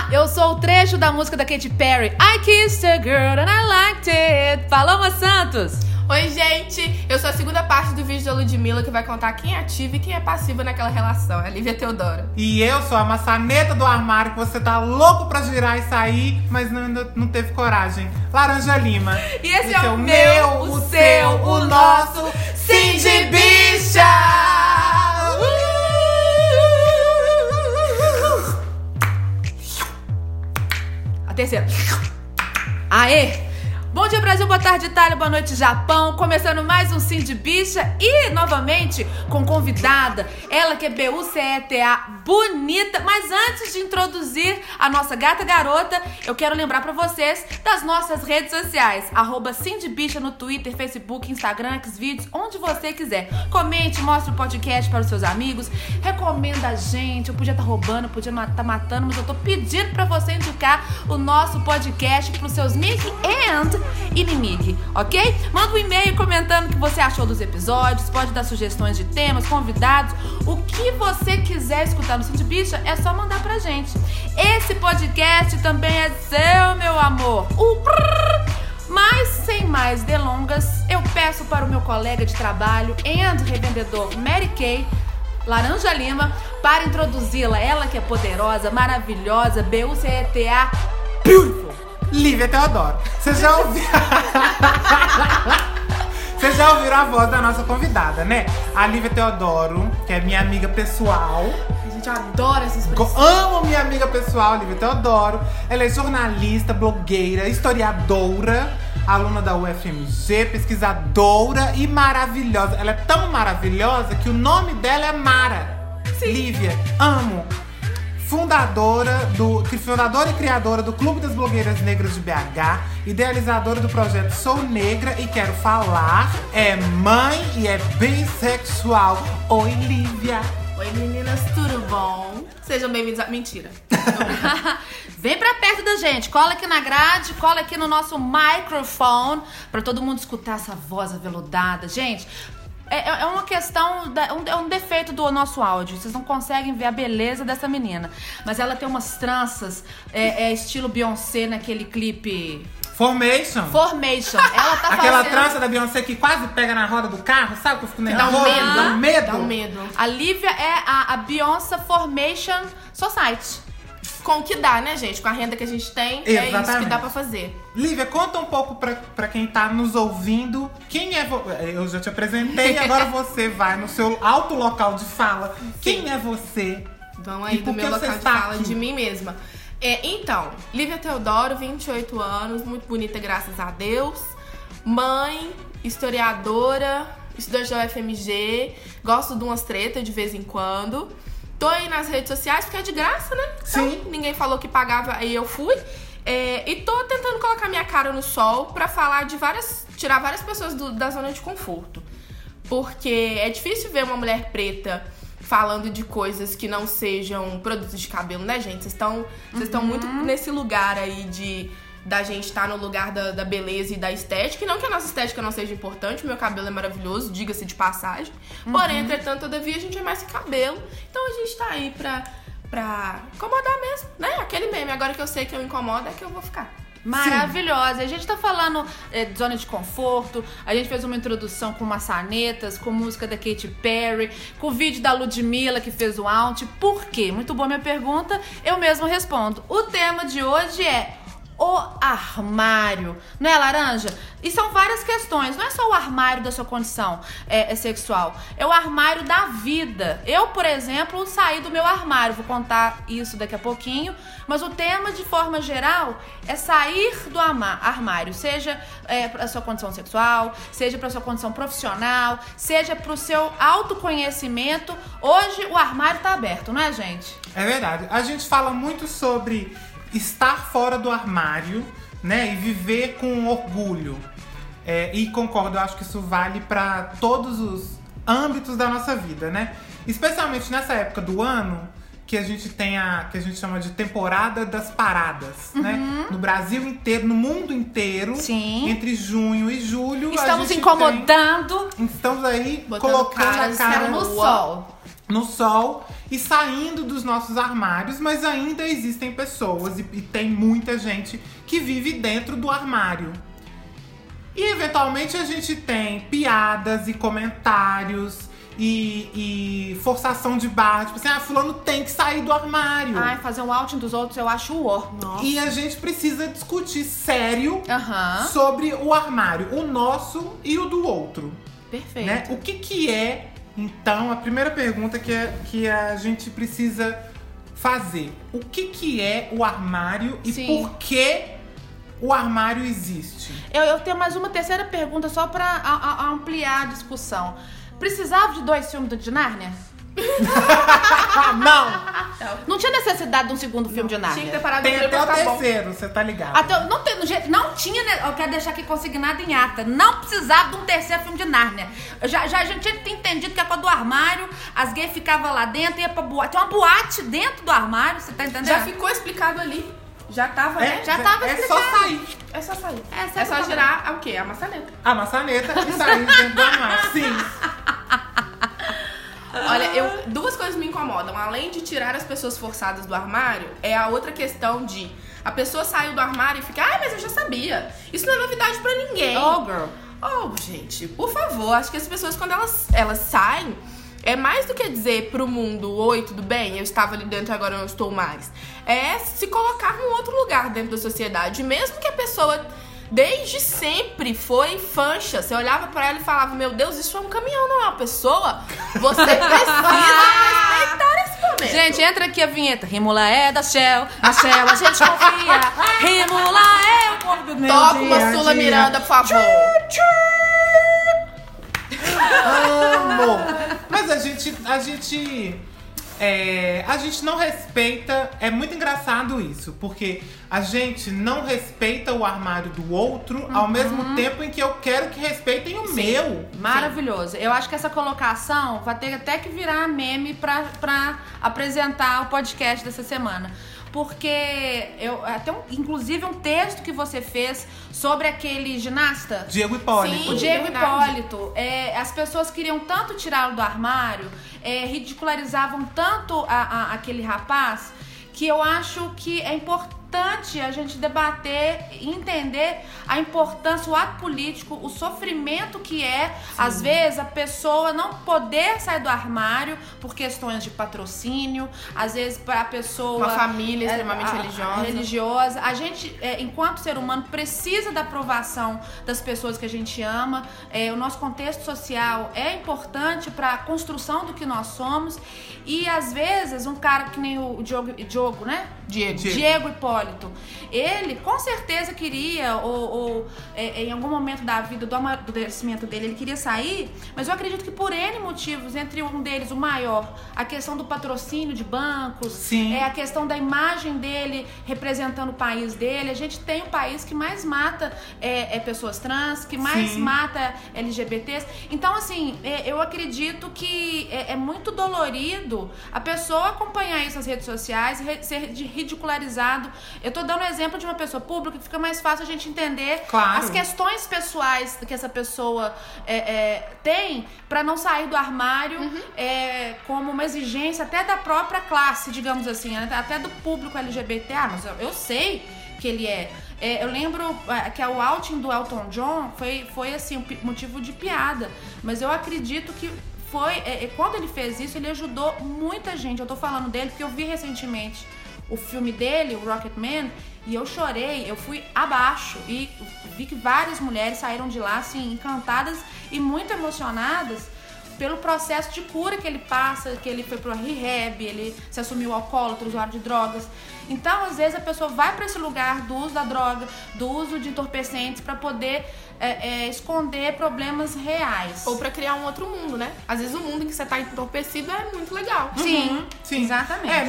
Eu sou o trecho da música da Katy Perry. I kissed a girl and I liked it. Paloma Santos. Oi, gente. Eu sou a segunda parte do vídeo da Ludmilla, que vai contar quem é ativa e quem é passiva naquela relação. É a Lívia Teodoro. E eu sou a maçaneta do armário que você tá louco pra girar e sair, mas não teve coragem. Laranja Lima. E esse é o meu, o seu, o nosso Sim de Bicha! A terceira. Aê! Bom dia, Brasil, boa tarde, Itália, boa noite, Japão. Começando mais um Sim de Bicha e, novamente, com convidada, ela que é BUCETA bonita. Mas antes de introduzir a nossa gata garota, eu quero lembrar pra vocês das nossas redes sociais. @Sim de Bicha no Twitter, Facebook, Instagram, Xvideos, onde você quiser. Comente, mostre o podcast para os seus amigos, recomenda a gente. Eu podia estar roubando, podia estar matando, mas eu tô pedindo pra você indicar o nosso podcast pros seus amigos e inimigo, ok? Manda um e-mail comentando o que você achou dos episódios, pode dar sugestões de temas, convidados, o que você quiser escutar no Sim de Bicha, é só mandar pra gente. Esse podcast também é seu, meu amor. Mas, sem mais delongas, eu peço para o meu colega de trabalho e revendedor Mary Kay, Laranja Lima, para introduzi-la, ela que é poderosa, maravilhosa, BUCETA beautiful, Lívia Teodoro. Vocês já ouviram? Vocês já ouviram a voz da nossa convidada, né? A Lívia Teodoro, que é minha amiga pessoal. A gente adora essa expressão. Amo minha amiga pessoal, Lívia Teodoro. Ela é jornalista, blogueira, historiadora, aluna da UFMG, pesquisadora e maravilhosa. Ela é tão maravilhosa que o nome dela é Mara. Sim. Lívia, amo. Fundadora e criadora do Clube das Blogueiras Negras de BH, idealizadora do projeto Sou Negra e Quero Falar, é mãe e é bissexual. Oi, Lívia! Oi, meninas, tudo bom? Sejam bem-vindos a... Mentira. Vem pra perto da gente, cola aqui na grade, cola aqui no nosso microfone, pra todo mundo escutar essa voz aveludada. Gente, é uma questão, é um defeito do nosso áudio. Vocês não conseguem ver a beleza dessa menina. Mas ela tem umas tranças, estilo Beyoncé naquele clipe... Formation. Ela tá aquela fazendo... trança da Beyoncé que quase pega na roda do carro, sabe? Que eu fico Dá nervoso. um medo. Dá Dá um medo. A Lívia é a Beyoncé Formation Society. Com o que dá, né, gente? Com a renda que a gente tem, Exatamente. É isso que dá pra fazer. Lívia, conta um pouco pra quem tá nos ouvindo. Quem é você? Eu já te apresentei, agora você vai no seu alto local de fala. Sim. Quem é você? Vão aí do meu local de fala de mim mesma. Então, Lívia Teodoro, 28 anos, muito bonita, graças a Deus. Mãe, historiadora, estudante da UFMG, gosto de umas tretas de vez em quando. Tô aí nas redes sociais porque é de graça, né? Então, sim. Ninguém falou que pagava, aí eu fui. E tô tentando colocar minha cara no sol pra falar de tirar várias pessoas da zona de conforto. Porque é difícil ver uma mulher preta falando de coisas que não sejam produtos de cabelo, né, gente? Vocês estão muito nesse lugar aí da gente estar no lugar da beleza e da estética. E não que a nossa estética não seja importante, o meu cabelo é maravilhoso, diga-se de passagem. Porém, entretanto, todavia, a gente é mais que cabelo. Então a gente tá aí pra incomodar mesmo, né? Aquele meme, agora que eu sei que eu incomodo é que eu vou ficar. Maravilhosa. Sim. A gente tá falando de zona de conforto, a gente fez uma introdução com maçanetas, com música da Katy Perry, com o vídeo da Ludmilla que fez o out. Por quê? Muito boa minha pergunta, eu mesmo respondo. O tema de hoje é o armário, não é, Laranja? E são várias questões, não é só o armário da sua condição sexual, é o armário da vida. Eu, por exemplo, saí do meu armário, vou contar isso daqui a pouquinho, mas o tema, de forma geral, é sair do armário, seja para sua condição sexual, seja para sua condição profissional, seja para o seu autoconhecimento. Hoje o armário tá aberto, não é, gente? É verdade. A gente fala muito sobre estar fora do armário, né? E viver com orgulho. E concordo, eu acho que isso vale para todos os âmbitos da nossa vida, né? Especialmente nessa época do ano, que a gente tem que a gente chama de temporada das paradas, né? No Brasil inteiro, no mundo inteiro. Sim. Entre junho e julho. Estamos incomodando. Estamos aí botando colocando a cara no sol. No sol. e saindo dos nossos armários, mas ainda existem pessoas e tem muita gente que vive dentro do armário. E eventualmente a gente tem piadas e comentários e forçação de barra, tipo assim, fulano tem que sair do armário. Ai, fazer um outing dos outros eu acho o ó. E a gente precisa discutir sério sobre o armário, o nosso e o do outro. Perfeito. Né? O que é, então, a primeira pergunta que a gente precisa fazer. O que é o armário e por que o armário existe? Eu tenho mais uma terceira pergunta só pra ampliar a discussão. Precisava de 2 filmes de Nárnia? Não tinha necessidade de um segundo filme de Nárnia. Tinha que ter parado Tem até o terceiro, você tá ligado. Não tinha, eu quero deixar aqui consignado em ata. Não precisava de um terceiro filme de Nárnia. Já a gente tinha entendido que a coisa do armário, as gays ficavam lá dentro e ia pra boate. Tem uma boate dentro do armário, você tá entendendo? Já ficou explicado ali. Já tava, né? Já tava explicado. É só sair. É só sair. É só girar o quê? A maçaneta. A maçaneta e sair dentro do armário. Sim. Olha, 2 coisas me incomodam. Além de tirar as pessoas forçadas do armário, é a outra questão de a pessoa saiu do armário e fica, mas eu já sabia. Isso não é novidade pra ninguém. Oh, girl. Oh, gente, por favor. Acho que as pessoas, quando elas saem, é mais do que dizer pro mundo, oi, tudo bem? Eu estava ali dentro, agora eu não estou mais. É se colocar num outro lugar dentro da sociedade. Mesmo que a pessoa desde sempre foi fancha. Você olhava pra ela e falava, meu Deus, isso é um caminhão, não é uma pessoa. Você precisa respeitar esse momento. Gente, entra aqui a vinheta. Rimula é da Shell, a Shell a gente confia. Rimula é o povo do meu Toca dia uma Sula Miranda, por favor. Amo! Mas a gente não respeita. É muito engraçado isso, porque a gente não respeita o armário do outro ao mesmo tempo em que eu quero que respeitem o meu. Maravilhoso. Eu acho que essa colocação vai ter até que virar meme pra apresentar o podcast dessa semana. Porque inclusive um texto que você fez sobre aquele ginasta Diego Hipólito. Sim, o Diego Hipólito. As pessoas queriam tanto tirá-lo do armário, ridicularizavam tanto aquele rapaz, que eu acho que é importante a gente debater e entender a importância, o ato político, o sofrimento que é, às vezes, a pessoa não poder sair do armário por questões de patrocínio, às vezes para a pessoa... Uma família extremamente religiosa. A gente, enquanto ser humano, precisa da aprovação das pessoas que a gente ama. O nosso contexto social é importante para a construção do que nós somos. E, às vezes, um cara que nem o Diogo, né? Diego Hipólito. Ele, com certeza, queria, em algum momento da vida, do amadurecimento dele, ele queria sair, mas eu acredito que por N motivos, entre um deles, o maior, a questão do patrocínio de bancos, Sim. A questão da imagem dele representando o país dele. A gente tem um país que mais mata pessoas trans, que mais Sim. mata LGBTs. Então, assim, eu acredito que é muito dolorido a pessoa acompanhar isso nas redes sociais, ser ridicularizado. Eu tô dando o exemplo de uma pessoa pública que fica mais fácil a gente entender as questões pessoais que essa pessoa tem pra não sair do armário, como uma exigência até da própria classe, digamos assim, até do público LGBT. Mas eu sei que ele eu lembro que o outing do Elton John foi assim, um motivo de piada, mas eu acredito que quando ele fez isso, ele ajudou muita gente. Eu tô falando dele porque eu vi recentemente o filme dele, o Rocketman, e eu chorei, eu fui abaixo e vi que várias mulheres saíram de lá assim, encantadas e muito emocionadas pelo processo de cura que ele passa, que ele foi pro rehab, ele se assumiu alcoólatra, usuário de drogas. Então, às vezes, a pessoa vai para esse lugar do uso da droga, do uso de entorpecentes para poder esconder problemas reais. Ou pra criar um outro mundo, né? Às vezes o mundo em que você tá entorpecido é muito legal. Sim, exatamente.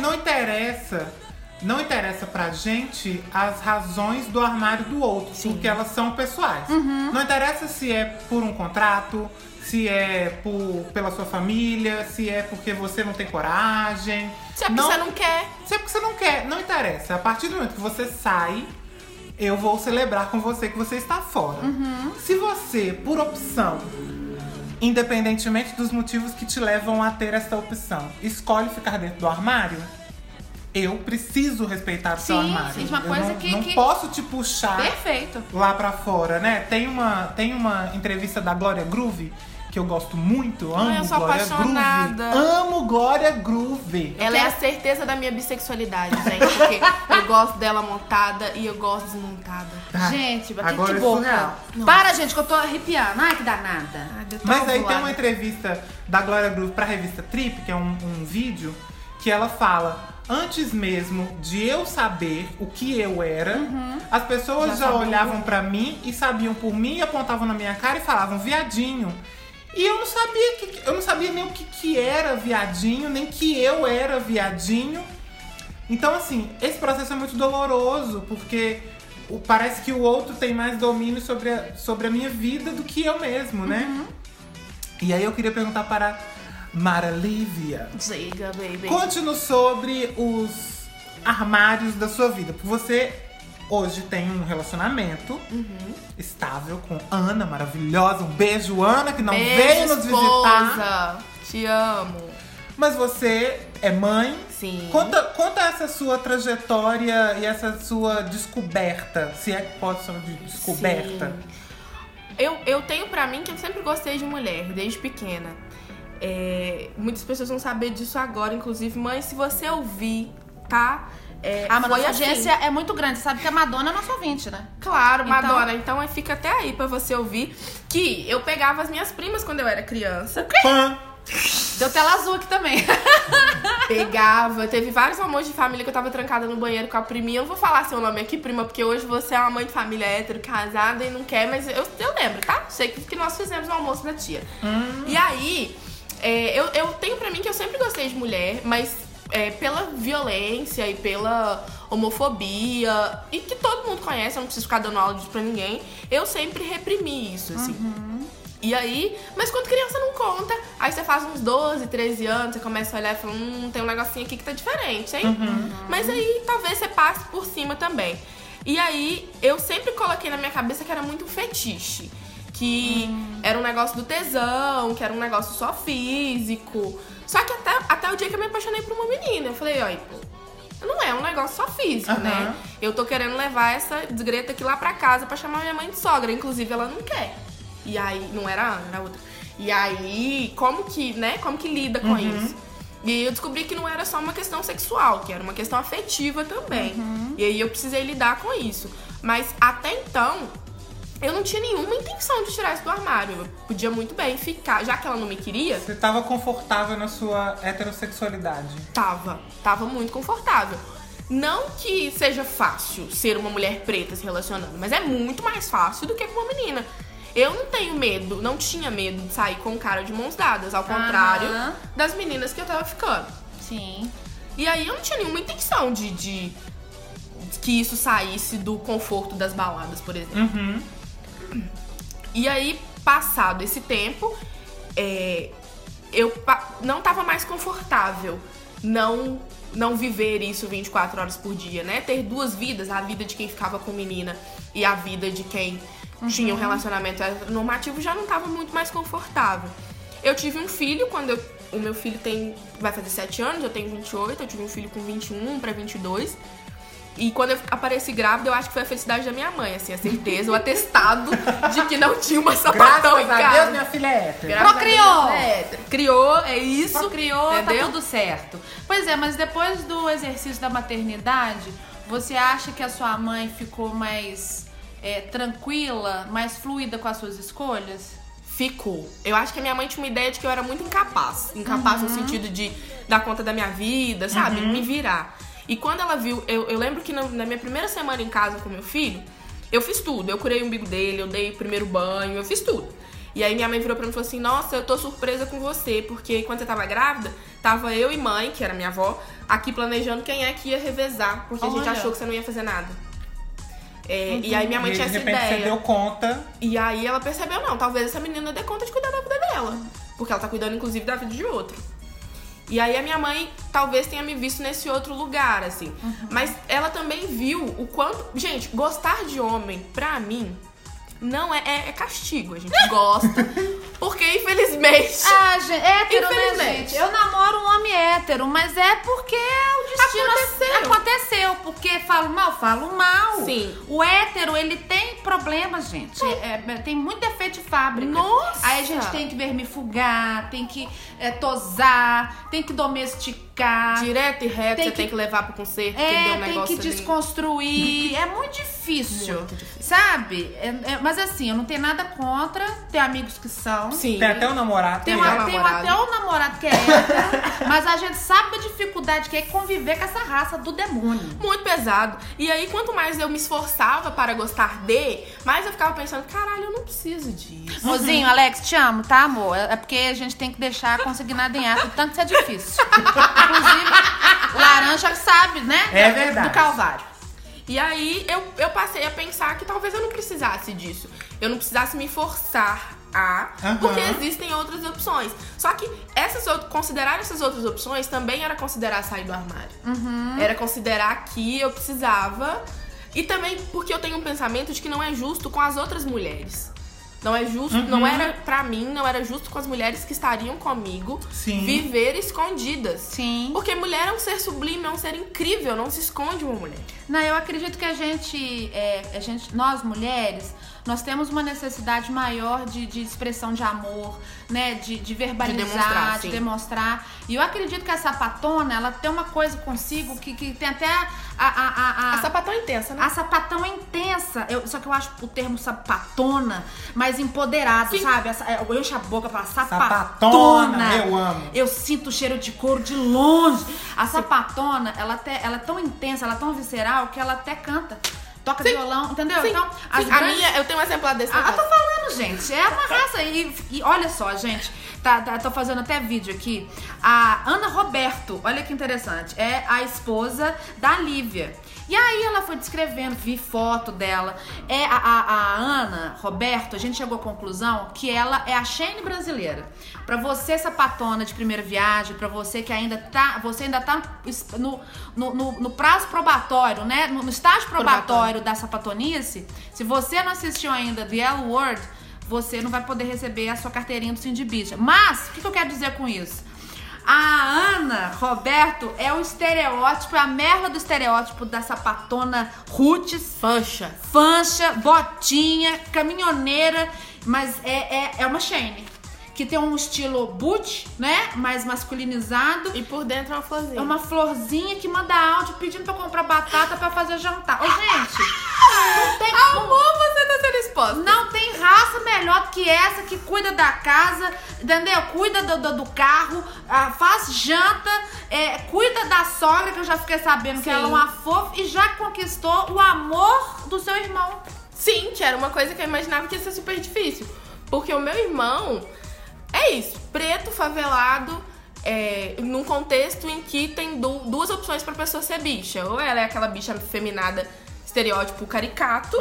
Não interessa pra gente as razões do armário do outro, porque elas são pessoais. Não interessa se é por um contrato, se é pela sua família, se é porque você não tem coragem. Se é porque você não quer. Se é porque você não quer, não interessa. A partir do momento que você sai, eu vou celebrar com você que você está fora. Se você, por opção, independentemente dos motivos que te levam a ter essa opção, escolhe ficar dentro do armário, eu preciso respeitar o seu armário. Sim, uma coisa eu não posso te puxar Perfeito. lá pra fora, né? Tem uma entrevista da Glória Groove que eu gosto muito, amo eu sou Glória apaixonada. Groove. Amo Glória Groove. Ela é a certeza da minha bissexualidade, gente. Porque eu gosto dela montada e eu gosto desmontada. Gente, vai ter agora de é boca. surreal. Para, gente, que eu tô arrepiando. Ai, que danada. Ai, deu Mas tão aí tem zoada. uma entrevista da Glória Groove pra revista Trip, que é um vídeo, que ela fala: antes mesmo de eu saber o que eu era, as pessoas já olhavam pra mim e sabiam por mim, apontavam na minha cara e falavam viadinho. E eu não sabia nem o que era viadinho, nem que eu era viadinho. Então, assim, esse processo é muito doloroso, porque parece que o outro tem mais domínio sobre a minha vida do que eu mesmo, né? E aí eu queria perguntar para Mara Lívia. Diga, baby. Conte-nos sobre os armários da sua vida. Porque você hoje tem um relacionamento estável com Ana, maravilhosa. Um beijo, Ana, que não veio nos visitar. Esposa. Te amo. Mas você é mãe. Sim. Conta essa sua trajetória e essa sua descoberta. Se é que pode chamar de descoberta. Sim. Eu tenho pra mim que eu sempre gostei de mulher, desde pequena. Muitas pessoas vão saber disso agora, inclusive. Mãe, se você ouvir, tá? Mas foi nossa assim. audiência é muito grande. Você sabe que a Madonna é nossa ouvinte, né? Claro, Então- Madonna. Então fica até aí pra você ouvir que eu pegava as minhas primas quando eu era criança. Pã! Deu tela azul aqui também. Pegava. Teve vários almoços de família que eu tava trancada no banheiro com a priminha. Eu não vou falar seu nome aqui, prima, porque hoje você é uma mãe de família hétero, casada e não quer, mas eu lembro, tá? Sei que nós fizemos um almoço da tia. E aí, eu tenho pra mim que eu sempre gostei de mulher, mas pela violência e pela homofobia, e que todo mundo conhece, eu não preciso ficar dando aula disso pra ninguém, eu sempre reprimi isso, assim. E aí, mas quando criança não conta, aí você faz uns 12, 13 anos, você começa a olhar e fala, tem um negocinho aqui que tá diferente, hein? Mas aí talvez você passe por cima também. E aí, eu sempre coloquei na minha cabeça que era muito um fetiche. Que era um negócio do tesão, que era um negócio só físico. Só que até o dia que eu me apaixonei por uma menina, eu falei, olha, pô, não é um negócio só físico, né? Eu tô querendo levar essa desgreta aqui lá pra casa pra chamar minha mãe de sogra. Inclusive, ela não quer. E aí, não era a Ana, era a outra. E aí, como que lida com isso? E eu descobri que não era só uma questão sexual, que era uma questão afetiva também. E aí eu precisei lidar com isso. Mas até então, eu não tinha nenhuma intenção de tirar isso do armário. Eu podia muito bem ficar, já que ela não me queria. Você tava confortável na sua heterossexualidade? Tava muito confortável. Não que seja fácil ser uma mulher preta se relacionando, mas é muito mais fácil do que com uma menina. Eu não tenho medo, não tinha medo de sair com um cara de mãos dadas, ao contrário das meninas que eu tava ficando. Sim. E aí eu não tinha nenhuma intenção de que isso saísse do conforto das baladas, por exemplo. E aí, passado esse tempo, eu não tava mais confortável não viver isso 24 horas por dia, né? Ter duas vidas, a vida de quem ficava com menina e a vida de quem tinha um relacionamento normativo, já não tava muito mais confortável. Eu tive um filho quando o meu filho vai fazer 7 anos, eu tenho 28, eu tive um filho com 21 pra 22. E quando eu apareci grávida, eu acho que foi a felicidade da minha mãe, assim, a certeza, o atestado de que não tinha uma sapatão em Graças casa. a Deus, minha filha é hétero. Graças Procriou! a Deus, é hétero. Criou, é isso. Procriou, entendeu? tá tudo certo. Pois é, mas depois do exercício da maternidade, você acha que a sua mãe ficou mais tranquila, mais fluida com as suas escolhas? Ficou. Eu acho que a minha mãe tinha uma ideia de que eu era muito incapaz. Incapaz no sentido de dar conta da minha vida, sabe? Me virar. E quando ela viu, eu lembro que na minha primeira semana em casa com meu filho, eu fiz tudo. Eu curei o umbigo dele, eu dei o primeiro banho, eu fiz tudo. E aí minha mãe virou pra mim e falou assim, nossa, eu tô surpresa com você, porque quando você tava grávida, tava eu e mãe, que era minha avó, aqui planejando quem é que ia revezar, porque a gente achou que você não ia fazer nada. E aí minha mãe tinha essa de repente ideia. você deu conta. E aí ela percebeu, não, talvez essa menina dê conta de cuidar da vida dela. Porque ela tá cuidando, inclusive, da vida de outro. E aí a minha mãe talvez tenha me visto nesse outro lugar, assim. Mas ela também viu o quanto... Gente, gostar de homem, pra mim, Não é castigo, a gente gosta. Porque, infelizmente... gente, hétero, né, gente? Eu namoro um homem hétero, mas é porque o destino aconteceu. Porque falo mal. Sim. O hétero, ele tem problemas, gente. Tem muito defeito de fábrica. Nossa! Aí a gente tem que vermifugar, tem que tosar, tem que domesticar. Direto e reto, tem que levar pro concerto, que deu um negócio tem que desconstruir. É muito difícil. Muito difícil. Sabe? Mas assim, eu não tenho nada contra. Tem amigos que são. Sim. Tem até o namorado. Tem até o namorado que é hétero. Mas a gente sabe a dificuldade que é conviver com essa raça do demônio. Muito pesado. E aí, quanto mais eu me esforçava para gostar mais eu ficava pensando, caralho, eu não preciso disso. Mozinho, Alex, te amo, tá, amor? É porque a gente tem que deixar consignado em ato, tanto que isso é difícil. Inclusive, laranja sabe, né? É verdade. Do Calvário. E aí, eu passei a pensar que talvez eu não precisasse disso. Eu não precisasse me forçar porque existem outras opções. Só que considerar essas outras opções também era considerar sair do armário. Era considerar que eu precisava. E também porque eu tenho um pensamento de que não é justo com as outras mulheres. Não é justo, não era pra mim, não era justo com as mulheres que estariam comigo viver escondidas. Sim. Porque mulher é um ser sublime, é um ser incrível, não se esconde uma mulher. Não, eu acredito que nós mulheres, nós temos uma necessidade maior de expressão de amor, né? De verbalizar, de demonstrar. E eu acredito que a sapatona, ela tem uma coisa consigo que tem até a sapatão intensa, né? A sapatão é intensa. Só que eu acho o termo sapatona mais empoderado, sabe? Eu encho a boca pra sapatona. Eu amo. Eu sinto o cheiro de couro de longe. A sapatona, ela é tão intensa, ela é tão visceral que ela até canta. Toca violão, entendeu? Sim. Então, a minha, eu tenho um exemplo desse. Tô falando, gente. É uma raça. E olha só, gente. Tô fazendo até vídeo aqui. A Ana Roberto, olha que interessante. É a esposa da Lívia. E aí ela foi descrevendo, vi foto dela. A Ana Roberto, a gente chegou à conclusão que ela é a Shane brasileira. Pra você, sapatona de primeira viagem, pra você que ainda tá no prazo probatório, né? No estágio probatório da sapatonice, se você não assistiu ainda The L Word, você não vai poder receber a sua carteirinha do Sindibicha. Mas, o que eu quero dizer com isso? A Ana Roberto é o estereótipo, a merda do estereótipo da sapatona roots, fancha, botinha, caminhoneira, mas é uma Shane. Que tem um estilo boot, né? Mais masculinizado. E por dentro é uma florzinha. É uma florzinha que manda áudio pedindo pra eu comprar batata pra fazer jantar. Ô, gente, não tem como. Você tá sendo exposta. Não tem raça melhor do que essa, que cuida da casa, entendeu? Cuida do carro, faz janta, cuida da sogra, que eu já fiquei sabendo que ela é uma fofa, e já conquistou o amor do seu irmão. Sim, que era uma coisa que eu imaginava que ia ser super difícil. Porque o meu irmão... É isso, preto, favelado, num contexto em que tem duas opções pra pessoa ser bicha. Ou ela é aquela bicha feminada, estereótipo caricato,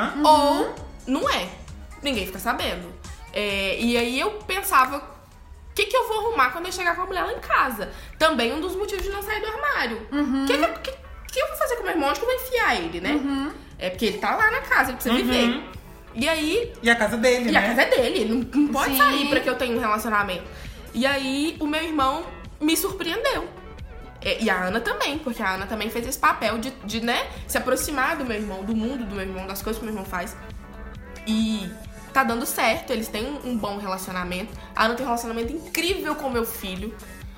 ou não é. Ninguém fica sabendo. E aí eu pensava, o que eu vou arrumar quando eu chegar com a mulher lá em casa? Também um dos motivos de não sair do armário. O que eu vou fazer com o meu irmão? Onde que eu vou enfiar ele, né? É porque ele tá lá na casa, ele precisa viver. E aí... E a casa dele, né? E a casa é dele, ele não pode sair pra que eu tenha um relacionamento. E aí, o meu irmão me surpreendeu. E a Ana também, porque a Ana também fez esse papel de né, se aproximar do meu irmão, do mundo do meu irmão, das coisas que o meu irmão faz. E tá dando certo, eles têm um bom relacionamento. A Ana tem um relacionamento incrível com o meu filho,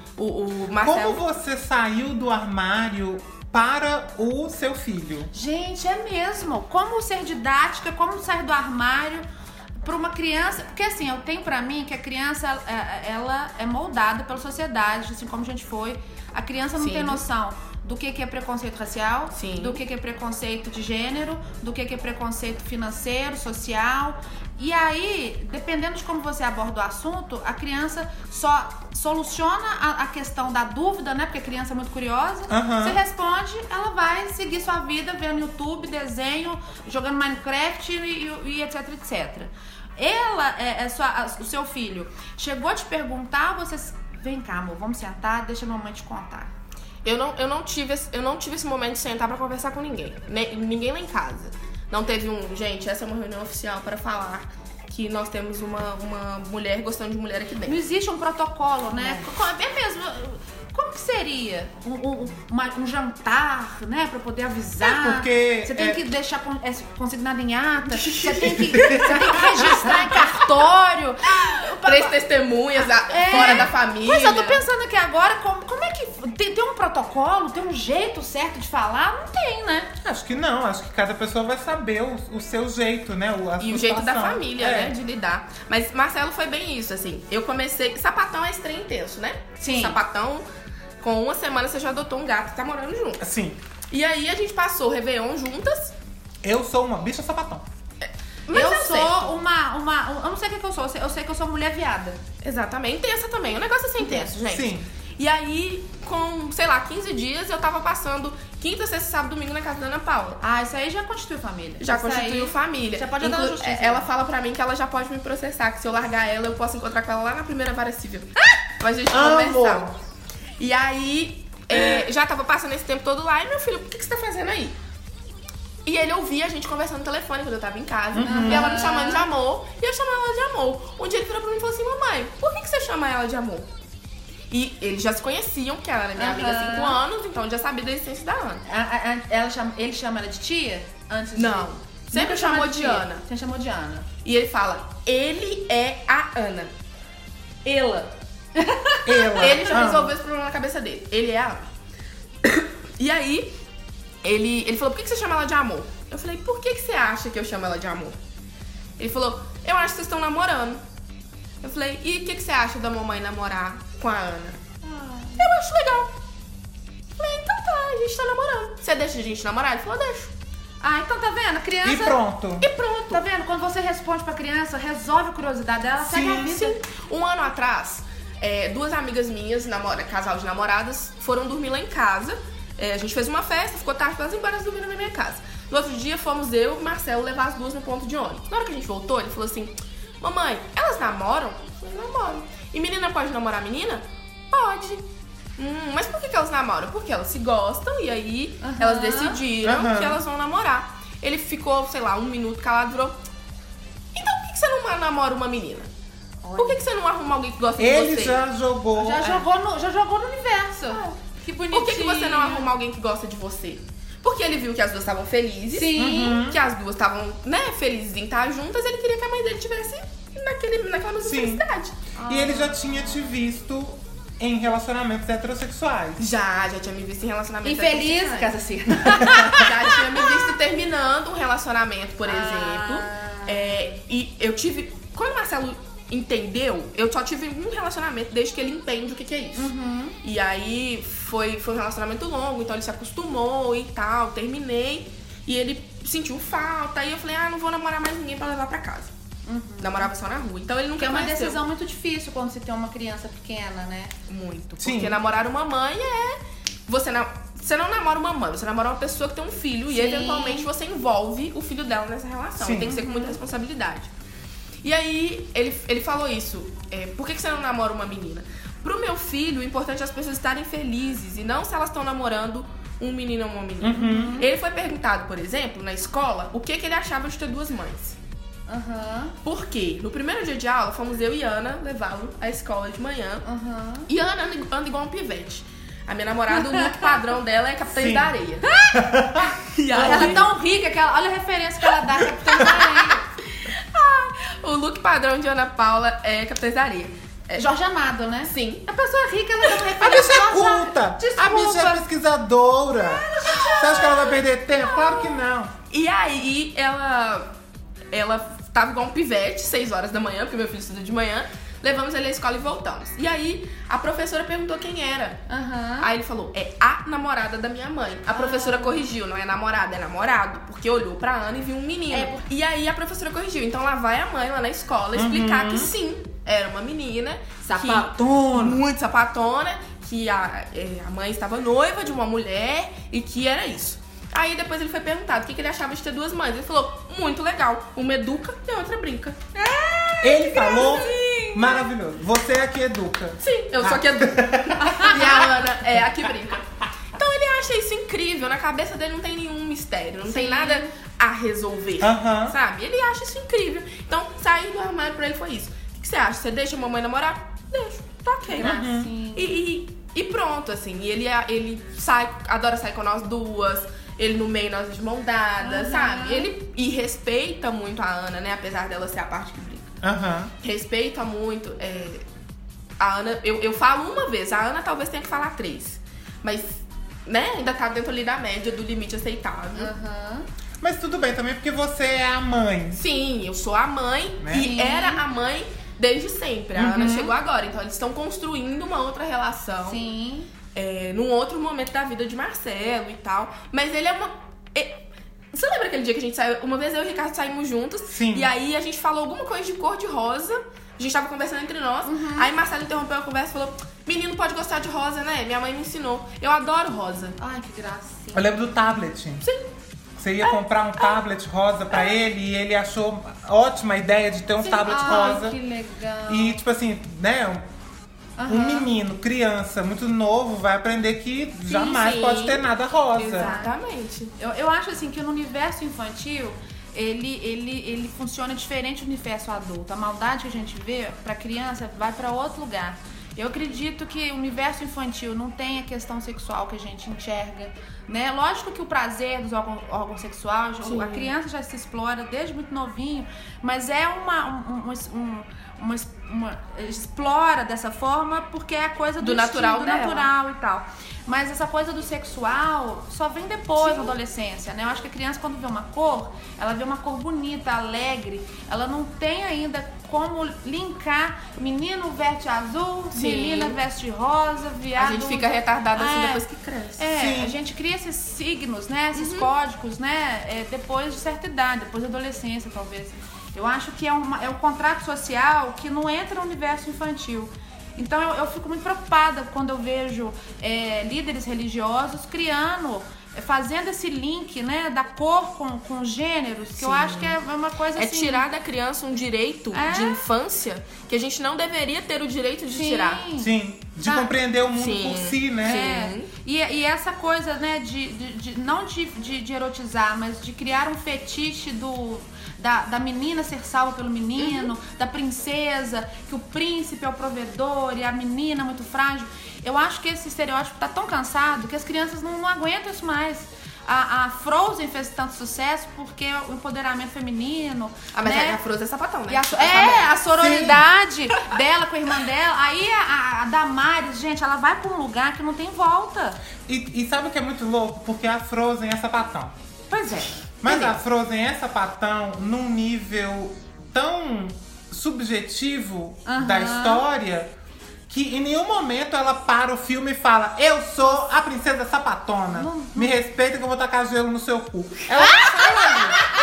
o Marcelo. Como você saiu do armário para o seu filho? Gente, é mesmo. Como ser didática, como sair do armário para uma criança. Porque assim, eu tenho pra mim que a criança, ela é moldada pela sociedade, assim como a gente foi. A criança não tem noção do que é preconceito racial, do que é preconceito de gênero, do que é preconceito financeiro, social. E aí, dependendo de como você aborda o assunto, a criança só soluciona a questão da dúvida, né? Porque a criança é muito curiosa. Você responde, ela vai seguir sua vida vendo YouTube, desenho, jogando Minecraft e etc, etc. O seu filho chegou a te perguntar, você... Vem cá, amor, vamos sentar, deixa a mamãe te contar. Eu não tive esse momento de sentar pra conversar com ninguém. Ninguém lá em casa. Não teve Gente, essa é uma reunião oficial para falar que nós temos uma mulher gostando de mulher aqui dentro. Não existe um protocolo, né? É mesmo. Como que seria um jantar, né? Pra poder avisar. Porque você tem que deixar consignado em ata. Você tem que registrar em cartório. 3 testemunhas fora da família. Pois eu tô pensando aqui agora, como é que... Tem um protocolo? Tem um jeito certo de falar? Não tem, né? Acho que não. Acho que cada pessoa vai saber o seu jeito, né? E o jeito da família, né? De lidar. Mas Marcelo foi bem isso, assim. Eu comecei... Sapatão é estranho intenso, né? Sim. Sapatão... Com 1 semana você já adotou um gato e tá morando junto. Sim. E aí a gente passou o Réveillon juntas. Eu sou uma bicha sapatão. Mas eu sou uma... Eu não sei o que eu sou. Eu sei que eu sou mulher viada. Exatamente. Intensa também. O negócio é ser intenso, gente. Sim. E aí, com, sei lá, 15 dias, eu tava passando quinta, sexta, sábado, domingo na casa da Ana Paula. Ah, isso aí já constituiu família. Já constituiu família. Já pode andar na justiça. Ela fala pra mim que ela já pode me processar, que se eu largar ela, eu posso encontrar com ela lá na primeira vara civil. Pra gente conversar. E aí... já tava passando esse tempo todo lá. E meu filho, o que você tá fazendo aí? E ele ouvia a gente conversando no telefone quando eu tava em casa. E ela me chamando de amor. E eu chamava ela de amor. Um dia ele virou pra mim e falou assim: mamãe, por que você chama ela de amor? E eles já se conheciam, porque ela era minha amiga há 5 anos. Então eu já sabia da existência da Ana. Ele chama ela de tia? Antes Não. Sempre chamou de Ana. Sempre chamou de Ana. E ele fala: ele é a Ana. Ela. Ele já resolveu esse problema na cabeça dele. Ele é a Ana. E aí, ele falou: por que você chama ela de amor? Eu falei: por que você acha que eu chamo ela de amor? Ele falou: eu acho que vocês estão namorando. Eu falei: e o que você acha da mamãe namorar com a Ana? Eu acho legal. Eu falei: então tá, a gente tá namorando. Você deixa a gente namorar? Ele falou: deixa. Então tá vendo? A criança... E pronto. Tá vendo? Quando você responde pra criança, resolve a curiosidade dela, segue a vida. Sim. 1 ano atrás, 2 amigas minhas, casal de namoradas, foram dormir lá em casa. A gente fez uma festa, ficou tarde, elas embora dormindo na minha casa. No outro dia, fomos eu e o Marcelo levar as 2 no ponto de ônibus. Na hora que a gente voltou, ele falou assim: mamãe, elas namoram? Eu falei: namoram. E menina pode namorar menina? Pode. Mas por que elas namoram? Porque elas se gostam e aí elas decidiram que elas vão namorar. Ele ficou, sei lá, 1 minuto calado, virou: então por que você não namora uma menina? Por que você não arruma alguém que gosta de você? Ele já jogou. Já jogou no universo. Que bonitinho. Por que você não arruma alguém que gosta de você? Porque ele viu que as 2 estavam felizes. Sim. Que as 2 estavam, felizes em estar juntas. Ele queria que a mãe dele tivesse naquela mesma felicidade. E ele já tinha te visto em relacionamentos heterossexuais. Já tinha me visto em relacionamentos infeliz, casa assim. Já tinha me visto terminando um relacionamento, por exemplo. E eu tive... Quando o Marcelo entendeu, eu só tive um relacionamento desde que ele entende o que é isso. E aí foi um relacionamento longo, então ele se acostumou e tal, terminei. E ele sentiu falta, e eu falei: não vou namorar mais ninguém pra levar pra casa. Namorava só na rua. Então ele nunca conheceu. É uma conheceu. decisão muito difícil quando você tem uma criança pequena, né? Muito. Sim. Porque namorar uma mãe você não namora uma mãe, você namora uma pessoa que tem um filho. E eventualmente você envolve o filho dela nessa relação. Sim. Tem que ser com muita responsabilidade. E aí ele falou isso: por que você não namora uma menina? Pro meu filho, o importante é as pessoas estarem felizes e não se elas estão namorando um menino ou uma menina. Ele foi perguntado, por exemplo, na escola, o que ele achava de ter 2 mães. Porque no primeiro dia de aula, fomos eu e Ana levá-lo à escola de manhã. E Ana anda igual um pivete. A minha namorada, o look padrão dela é Capitães da Areia. E aí, ela é tão rica que olha a referência que ela dá, Capitães da Areia. O look padrão de Ana Paula é Capitães da Areia. Jorge Amado, né? Sim. A pessoa rica, ela dá uma referência. A bicha é culta. Desculpa. A bicha é pesquisadora. Você acha que ela vai perder tempo? Claro que não. E aí, ela tava igual um pivete, 6 horas da manhã, porque meu filho estuda de manhã. Levamos ele à escola e voltamos. E aí, a professora perguntou quem era. Aí ele falou: é a namorada da minha mãe. A professora corrigiu: não é namorada, é namorado. Porque olhou pra Ana e viu um menino. E aí, a professora corrigiu. Então, lá vai a mãe, lá na escola, explicar que sim, era uma menina. Sapatona. Muito sapatona. Que a mãe estava noiva de uma mulher e que era isso. Aí, depois ele foi perguntado o que ele achava de ter 2 mães. Ele falou: muito legal. Uma educa e a outra brinca. Ele falou: maravilhoso. Você é a que educa. Sim, eu sou a que educa. E a Ana é a que brinca. Então ele achei isso incrível. Na cabeça dele não tem nenhum mistério, não tem nada a resolver, sabe? Ele acha isso incrível. Então, sair do armário pra ele foi isso. O que você acha? Você deixa a mamãe namorar? Deixa, tá ok. E pronto, assim. E ele adora sair com nós duas. Ele no meio, nós de mão dada, sabe? E respeita muito a Ana, né? Apesar dela ser a parte que briga. Respeita muito. A Ana, eu falo uma vez, a Ana talvez tenha que falar 3. Mas, né, ainda tá dentro ali da média, do limite aceitável. Mas tudo bem também, porque você é a mãe. Sim, eu sou a mãe, né? E era a mãe desde sempre. A Ana chegou agora, então eles estão construindo uma outra relação. Sim. Num outro momento da vida de Marcelo e tal. Mas ele é uma... Você lembra aquele dia que a gente saiu? Uma vez eu e o Ricardo saímos juntos. Sim. E aí a gente falou alguma coisa de cor de rosa. A gente tava conversando entre nós. Aí Marcelo interrompeu a conversa e falou: menino pode gostar de rosa, né? Minha mãe me ensinou. Eu adoro rosa. Ai, que gracinha. Eu lembro do tablet. Sim. Você ia comprar um tablet rosa pra ele e ele achou ótima a ideia de ter um tablet rosa. Que legal. E tipo assim, né? Um menino, criança, muito novo, vai aprender que jamais pode ter nada rosa. Exatamente. Eu acho assim que no universo infantil ele funciona diferente do universo adulto. A maldade que a gente vê pra criança vai pra outro lugar. Eu acredito que o universo infantil não tem a questão sexual que a gente enxerga, né? Lógico que o prazer dos órgãos sexuais, a criança já se explora desde muito novinho, mas é explora dessa forma porque é a coisa do natural instinto, dela. natural e tal. Mas essa coisa do sexual só vem depois da adolescência, né? Eu acho que a criança, quando vê uma cor, ela vê uma cor bonita, alegre. Ela não tem ainda como linkar menino veste azul, menina veste rosa, viado... A gente fica retardada assim depois que cresce. A gente cria esses signos, né? Esses códigos, né? Depois de certa idade, depois da adolescência, talvez. Eu acho que é um contrato social que não entra no universo infantil. Então eu fico muito preocupada quando eu vejo líderes religiosos fazendo esse link, né, da cor com gêneros, que eu acho que é uma coisa assim... tirar da criança um direito de infância que a gente não deveria ter o direito de tirar. Sim, de compreender o mundo por si, né? E essa coisa, né, não de erotizar, mas de criar um fetiche da menina ser salva pelo menino, da princesa, que o príncipe é o provedor e a menina muito frágil. Eu acho que esse estereótipo tá tão cansado que as crianças não aguentam isso mais. A Frozen fez tanto sucesso porque o empoderamento feminino. Mas né? a Frozen é sapatão, né? A sororidade dela com a irmã dela. Aí a Damares, gente, ela vai pra um lugar que não tem volta. E sabe o que é muito louco? Porque a Frozen é sapatão. Pois é. Mas a Frozen é sapatão num nível tão subjetivo da história que em nenhum momento ela para o filme e fala: eu sou a princesa sapatona. Me respeita que eu vou tacar gelo no seu cu. Ela não fala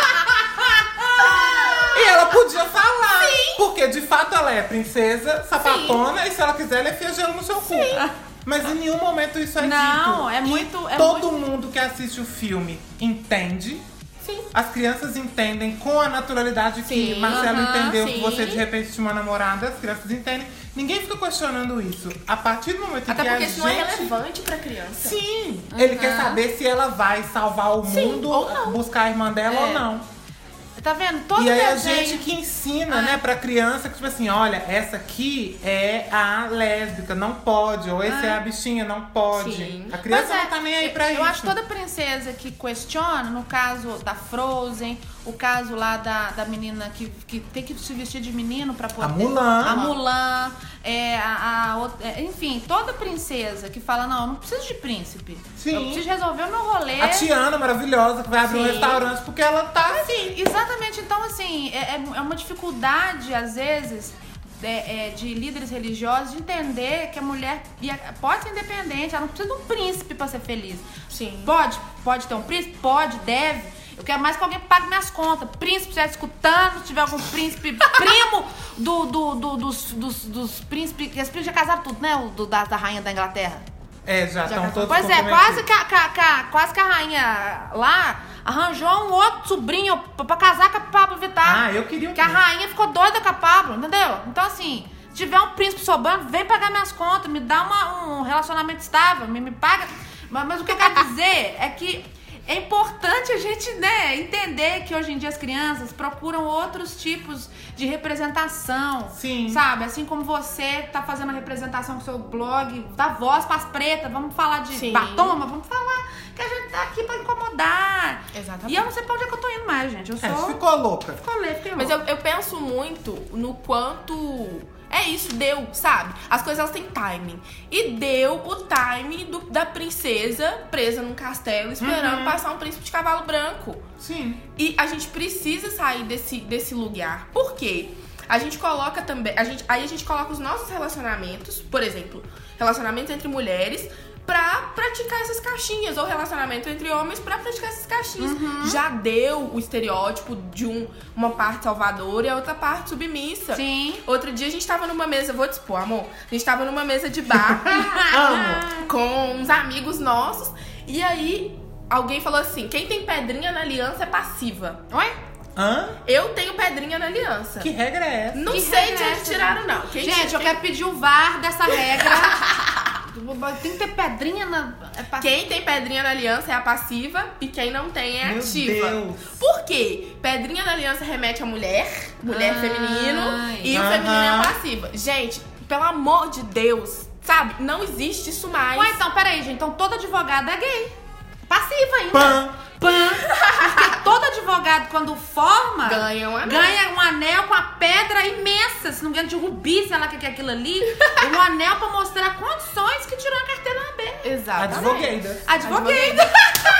isso. E ela podia falar. Porque de fato ela é princesa sapatona e se ela quiser ela enfia gelo no seu cu. Mas em nenhum momento isso é dito. Não, é muito... Todo mundo que assiste o filme entende. As crianças entendem com a naturalidade que Marcelo entendeu que você de repente tinha uma namorada, as crianças entendem. Ninguém fica questionando isso. A partir do momento em que a gente... Até porque isso não é relevante pra criança. Sim! Ele quer saber se ela vai salvar o mundo, buscar a irmã dela ou não. Tá vendo? Todo e aí desenho... a gente que ensina, né, pra criança, que tipo assim, olha, essa aqui é a lésbica, não pode. Ou esse é a bichinha, não pode. Sim. A criança não tá nem aí pra isso. Eu acho que toda princesa que questiona, no caso da Frozen, o caso lá da menina que tem que se vestir de menino pra poder... A Mulan. Enfim, toda princesa que fala, não, eu não preciso de príncipe. Sim. Eu preciso resolver o meu rolê. A Tiana maravilhosa que vai abrir um restaurante porque ela tá assim. Exatamente, então assim, é uma dificuldade, às vezes, de líderes religiosos de entender que a mulher pode ser independente, ela não precisa de um príncipe pra ser feliz. Sim. Pode ter um príncipe? Pode, deve. Eu quero mais que alguém pague minhas contas. Príncipe, se estiver escutando, se tiver algum príncipe primo dos príncipes, que as príncipes já casaram tudo, né? Da rainha da Inglaterra. Já estão todos Pois quase que a rainha lá arranjou um outro sobrinho pra casar com a Pablo Vittar. Eu queria um Que a rainha ficou doida com a Pablo, entendeu? Então assim, se tiver um príncipe sobrando, vem pagar minhas contas, me dá um relacionamento estável, me paga. Mas o que eu quero dizer é que é importante a gente, né, entender que hoje em dia as crianças procuram outros tipos de representação. Sim. Sabe? Assim como você tá fazendo a representação com o seu blog, dá voz pras pretas, vamos falar de Sim. batom, mas vamos falar que a gente tá aqui pra incomodar. Exatamente. E eu não sei pra onde é que eu tô indo mais, gente. Eu sou... Ficou louca. Fiquei Mas louca. eu penso muito no quanto... É isso, deu, sabe? As coisas, elas têm timing. E deu o timing da princesa presa num castelo esperando passar um príncipe de cavalo branco. Sim. E a gente precisa sair desse lugar. Por quê? A gente coloca também... Aí a gente coloca os nossos relacionamentos, por exemplo, relacionamentos entre mulheres, pra praticar essas caixinhas, ou relacionamento entre homens pra praticar essas caixinhas. Já deu o estereótipo de uma parte salvadora e a outra parte submissa. Sim. Outro dia a gente tava numa mesa, vou te expor, amor. A gente tava numa mesa de bar Amo. com uns amigos nossos, e aí alguém falou assim: quem tem pedrinha na aliança é passiva. Oi? Hã? Eu tenho pedrinha na aliança. Que regra é essa? Não Que sei regra de é onde essa, tiraram, não. Gente, eu quero pedir o VAR dessa regra. Tem que ter pedrinha na... Quem tem pedrinha na aliança é a passiva e quem não tem é a Meu ativa. Deus. Por quê? Pedrinha na aliança remete a mulher feminino, e o Aham. feminino é a passiva. Gente, pelo amor de Deus, sabe? Não existe isso mais. Ué, então, peraí, gente. Então toda advogada é gay. Passiva ainda. Pã. Porque todo advogado, quando forma, Ganha um anel. ganha um anel com a pedra imensa. Se não ganha de rubi, sei lá o que é aquilo ali. Um anel pra mostrar condições que tirou a carteira na B. Exatamente. Advogueida. Advogueida.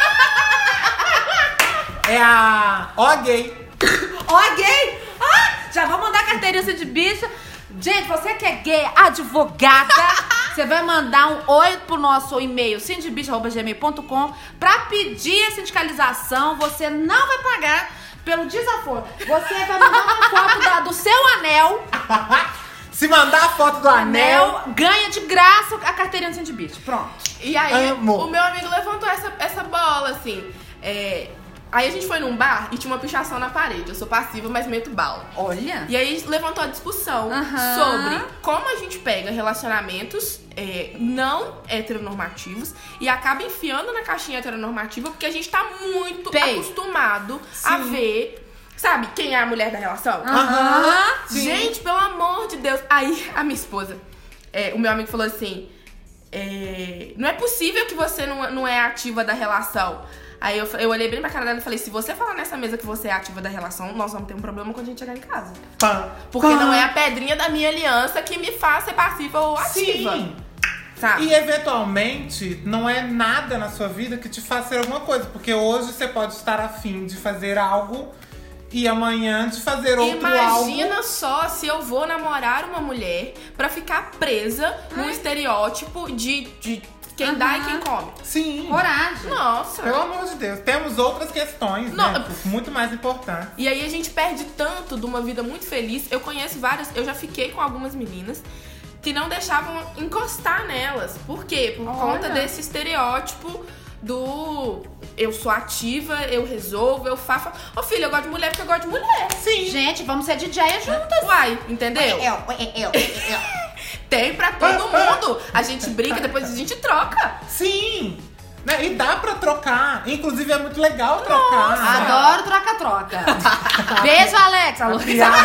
É a ó gay. Ó, gay! Ah, já vou mandar carteirinha de bicha. Gente, você que é gay, advogada, você vai mandar um oi pro nosso e-mail sindibicha@gmail.com pra pedir a sindicalização. Você não vai pagar pelo desaforo. Você vai mandar uma foto do seu anel. Se mandar a foto do anel. Ganha de graça a carteirinha do sindibicha. Pronto. E aí, Amo. o meu amigo levantou essa bola, assim. Aí a gente foi num bar e tinha uma pichação na parede. Eu sou passiva, mas meto bala. Olha. E aí levantou a discussão sobre como a gente pega relacionamentos não heteronormativos e acaba enfiando na caixinha heteronormativa, porque a gente tá muito acostumado a ver, sabe, quem é a mulher da relação. Sim. Gente, pelo amor de Deus. Aí a minha esposa, o meu amigo falou assim: não é possível que você não é ativa da relação. Aí eu olhei bem pra cara dela e falei: se você falar nessa mesa que você é ativa da relação, nós vamos ter um problema quando a gente chegar em casa. Pã. Porque Pã. não é a pedrinha da minha aliança que me faz ser passiva ou ativa. Sim. Sabe? E eventualmente não é nada na sua vida que te faça ser alguma coisa. Porque hoje você pode estar afim de fazer algo e amanhã de fazer outro algo. Imagina só se eu vou namorar uma mulher pra ficar presa num estereótipo de quem dá e quem come. Sim. Coragem. Nossa. Pelo amor de Deus. Temos outras questões, Não. né? Muito mais importantes. E aí a gente perde tanto de uma vida muito feliz. Eu conheço várias, eu já fiquei com algumas meninas que não deixavam encostar nelas. Por quê? Por conta desse estereótipo do eu sou ativa, eu resolvo, eu faço. Ô filha, eu gosto de mulher porque eu gosto de mulher. Sim. Gente, vamos ser DJ juntas. Uai, entendeu? Tem pra todo mundo. A gente brinca, depois a gente troca. Sim. Né? E dá pra trocar. Inclusive é muito legal trocar. Adoro troca-troca. Beijo, Alex. Alô.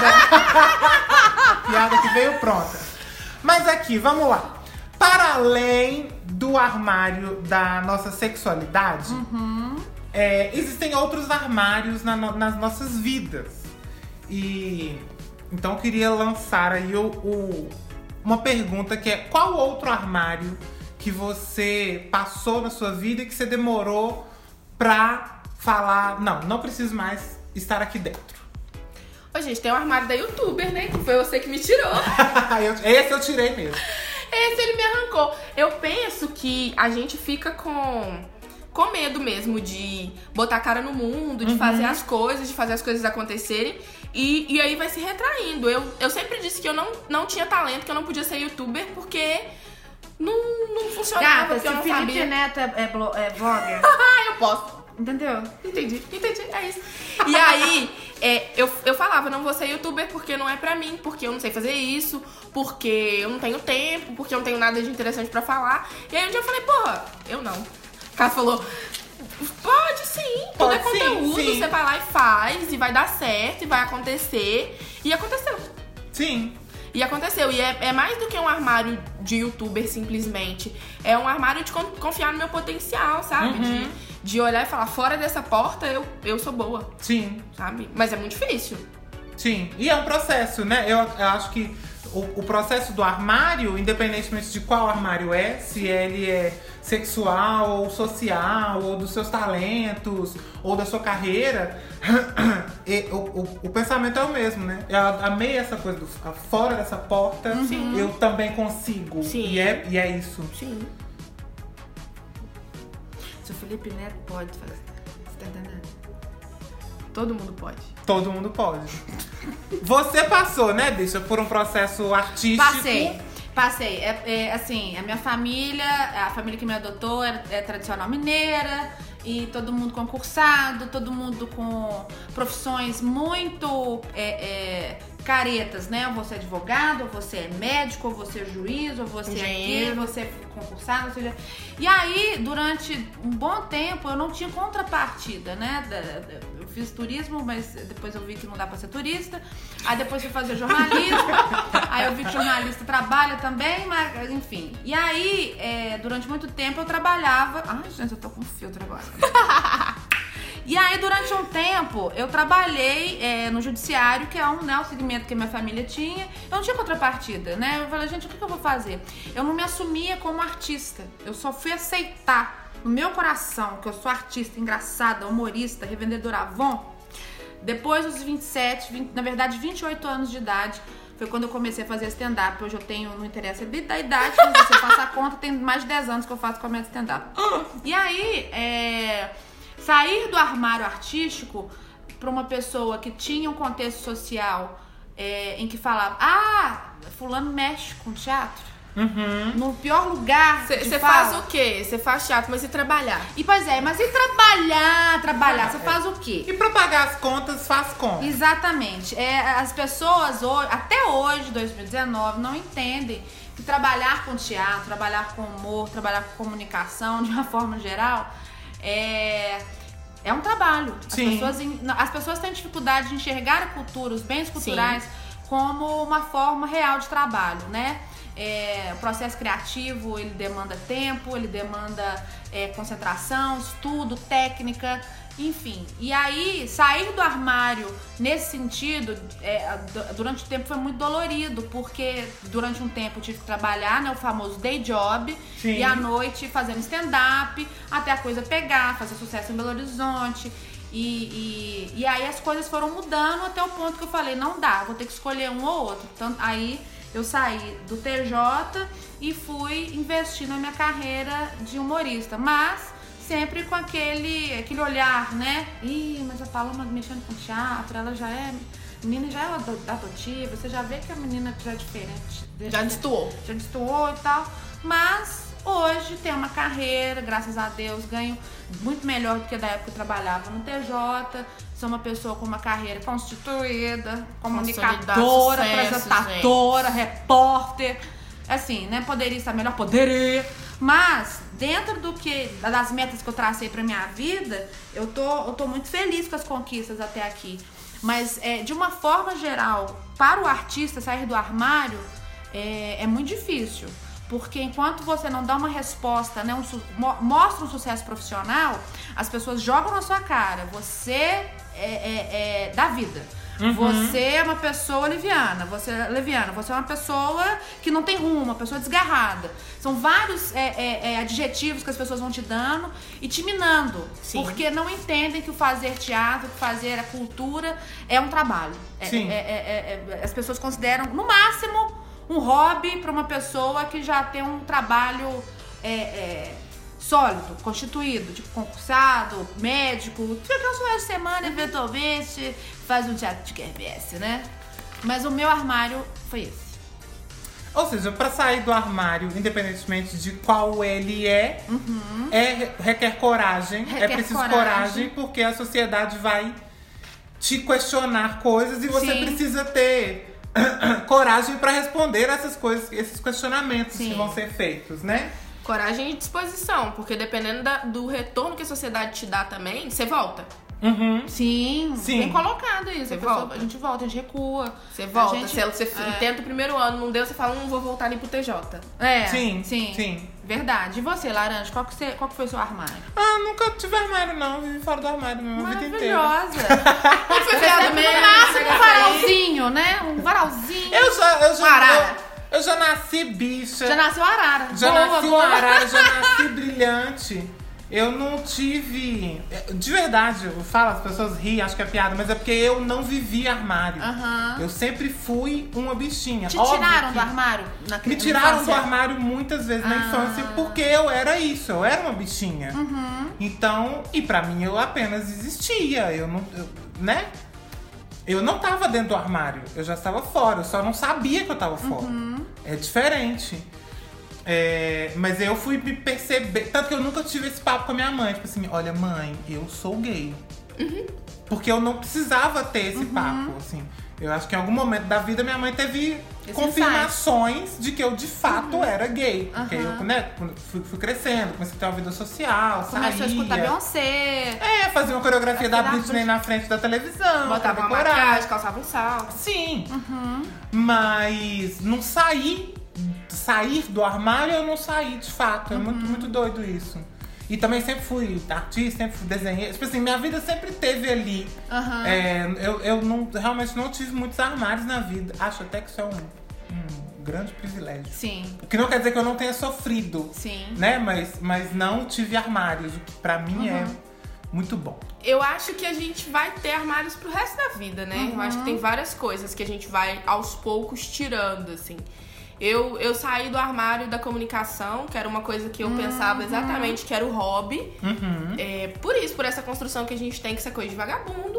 Piada que veio pronta. Mas aqui, vamos lá. Para além do armário da nossa sexualidade, existem outros armários nas nossas vidas. E então eu queria lançar aí uma pergunta que é: qual outro armário que você passou na sua vida e que você demorou pra falar, não preciso mais estar aqui dentro? Ô, gente, tem um armário da youtuber, né? Que foi você que me tirou. Esse eu tirei mesmo. Esse ele me arrancou. Eu penso que a gente fica com medo mesmo de botar a cara no mundo, de fazer as coisas acontecerem. E aí vai se retraindo. Eu sempre disse que eu não tinha talento, que eu não podia ser youtuber, porque não funcionava, Gata, porque se eu o não Felipe sabia. Neto é vlogger. Eu posso. Entendeu? Entendi, é isso. E aí, eu falava, não vou ser youtuber porque não é pra mim, porque eu não sei fazer isso, porque eu não tenho tempo, porque eu não tenho nada de interessante pra falar. E aí um dia eu falei, porra, eu não. Cássio falou, pode sim, tudo é conteúdo, sim. você vai lá e faz, e vai dar certo, e vai acontecer. E aconteceu. Sim. E aconteceu. E é mais do que um armário de youtuber, simplesmente. É um armário de confiar no meu potencial, sabe? De olhar e falar, fora dessa porta, eu sou boa. Sim. Sabe? Mas é muito difícil. Sim. E é um processo, né? Eu acho que o processo do armário, independentemente de qual armário é, se ele é sexual ou social, ou dos seus talentos, ou da sua carreira, o pensamento é o mesmo, né? Eu amei essa coisa do fora dessa porta, eu também consigo. Sim. E é isso. Sim. Se o Felipe Neto pode fazer, você tá entendendo? Todo mundo pode. Todo mundo pode. Você passou, né, bicha, por um processo artístico. Passei. Assim, a minha família, a família que me adotou é tradicional mineira. E todo mundo concursado, todo mundo com profissões muito caretas, né? Ou você é advogado, ou você é médico, ou você é juiz, ou você é aqui, você é concursado, ou seja... E aí, durante um bom tempo, eu não tinha contrapartida, né? Eu fiz turismo, mas depois eu vi que não dá pra ser turista. Aí depois fui fazer jornalismo. Aí eu vi que jornalista trabalha também, mas enfim. E aí, durante muito tempo, eu trabalhava... Ai, gente, eu tô com filtro agora. E aí, durante um tempo, eu trabalhei no judiciário, que é o segmento que a minha família tinha. Eu não tinha contrapartida, né? Eu falei, gente, o que eu vou fazer? Eu não me assumia como artista. Eu só fui aceitar no meu coração que eu sou artista, engraçada, humorista, revendedora Avon. Depois dos 28 anos de idade, foi quando eu comecei a fazer stand-up. Hoje eu tenho, não interessa da idade, mas se eu faço a conta, tem mais de 10 anos que eu faço comédia stand-up. E aí, sair do armário artístico para uma pessoa que tinha um contexto social em que falava, fulano mexe com teatro. No pior lugar. Você faz o quê? Você faz teatro, mas e trabalhar? Mas e trabalhar? Você faz o quê? E pra pagar as contas, faz como? Exatamente. As pessoas, até hoje, 2019, não entendem que trabalhar com teatro, trabalhar com humor, trabalhar com comunicação, de uma forma geral, é um trabalho. As pessoas têm dificuldade de enxergar a cultura, os bens culturais, como uma forma real de trabalho, né? O processo criativo, ele demanda tempo, ele demanda concentração, estudo, técnica, enfim. E aí, sair do armário nesse sentido, durante o tempo foi muito dolorido, porque durante um tempo eu tive que trabalhar, né, o famoso day job, e à noite fazendo stand-up, até a coisa pegar, fazer sucesso em Belo Horizonte. E aí as coisas foram mudando até o ponto que eu falei, não dá, vou ter que escolher um ou outro. Então, aí eu saí do TJ e fui investir na minha carreira de humorista, mas sempre com aquele olhar, né? Mas a Paloma mexendo com teatro, ela já é... Menina já é adotiva, você já vê que a menina já é diferente. Já destoou. Já destoou e tal, mas hoje tem uma carreira, graças a Deus, ganho muito melhor do que da época que eu trabalhava no TJ. Sou uma pessoa com uma carreira constituída, comunicadora, apresentadora, repórter. Assim, né? Poderia estar melhor, poderia. Mas, dentro das metas que eu tracei pra minha vida, eu tô muito feliz com as conquistas até aqui. Mas, de uma forma geral, para o artista sair do armário, é muito difícil. Porque enquanto você não dá uma resposta, né, mostra um sucesso profissional, as pessoas jogam na sua cara. Você da vida. Você é uma pessoa leviana. Você é uma pessoa que não tem rumo, uma pessoa desgarrada. São vários adjetivos que as pessoas vão te dando e te minando. Sim. Porque não entendem que o fazer teatro, que fazer a cultura é um trabalho. As pessoas consideram, no máximo, um hobby para uma pessoa que já tem um trabalho sólido, constituído, tipo concursado, médico, fica um final de semana, eventualmente faz um teatro de quermesse, né? Mas o meu armário foi esse. Ou seja, para sair do armário, independentemente de qual ele requer coragem. É preciso coragem, porque a sociedade vai te questionar coisas e você precisa ter coragem para responder essas coisas, esses questionamentos que vão ser feitos, né? Coragem e disposição, porque dependendo do retorno que a sociedade te dá também, você volta. Uhum. Sim, Sim. bem colocado isso. Você A pessoa- volta. A gente volta, a gente recua. Você volta, A gente- você tenta o primeiro ano, não deu, você fala, vou voltar ali pro TJ. É, Sim. Verdade. E você, Laranja, qual que foi o seu armário? Ah, nunca tive armário, não. Vivi fora do armário minha vida inteira. Maravilhosa. Foi criado mesmo, No máximo um varalzinho, né? Um varalzinho. Eu já nasci bicha. Já nasceu arara. Já Boa, nasci boa. uma arara, já nasci brilhante. Eu não tive... De verdade, eu falo, as pessoas riem, acho que é piada, mas é porque eu não vivi armário. Aham. Eu sempre fui uma bichinha. Te Óbvio tiraram que do armário? Me tiraram do armário muitas vezes na infância, porque eu era isso, eu era uma bichinha. Então, e pra mim eu apenas existia, né? Eu não tava dentro do armário, eu já estava fora, eu só não sabia que eu tava fora. É diferente. Mas eu fui me perceber. Tanto que eu nunca tive esse papo com a minha mãe. Tipo assim, olha, mãe, eu sou gay. Porque eu não precisava ter esse papo, assim. Eu acho que em algum momento da vida minha mãe teve confirmações de que eu de fato era gay. Porque eu, né, fui crescendo, comecei a ter uma vida social, Começou a escutar Beyoncé. Fazia uma coreografia da Britney na frente da televisão. Botava uma decorar. maquiagem, calçava um salto. Sim. Mas não sair do armário, eu não saí de fato. É muito doido isso. E também sempre fui artista, sempre fui desenhista. Tipo assim, minha vida sempre teve ali. Eu realmente não tive muitos armários na vida. Acho até que isso é um grande privilégio. Sim. O que não quer dizer que eu não tenha sofrido. Sim. Né? Mas não tive armários, o que pra mim é muito bom. Eu acho que a gente vai ter armários pro resto da vida, né? Eu acho que tem várias coisas que a gente vai aos poucos tirando, assim. Eu saí do armário da comunicação, que era uma coisa que eu pensava exatamente que era o hobby. Por essa construção que a gente tem, que isso é coisa de vagabundo.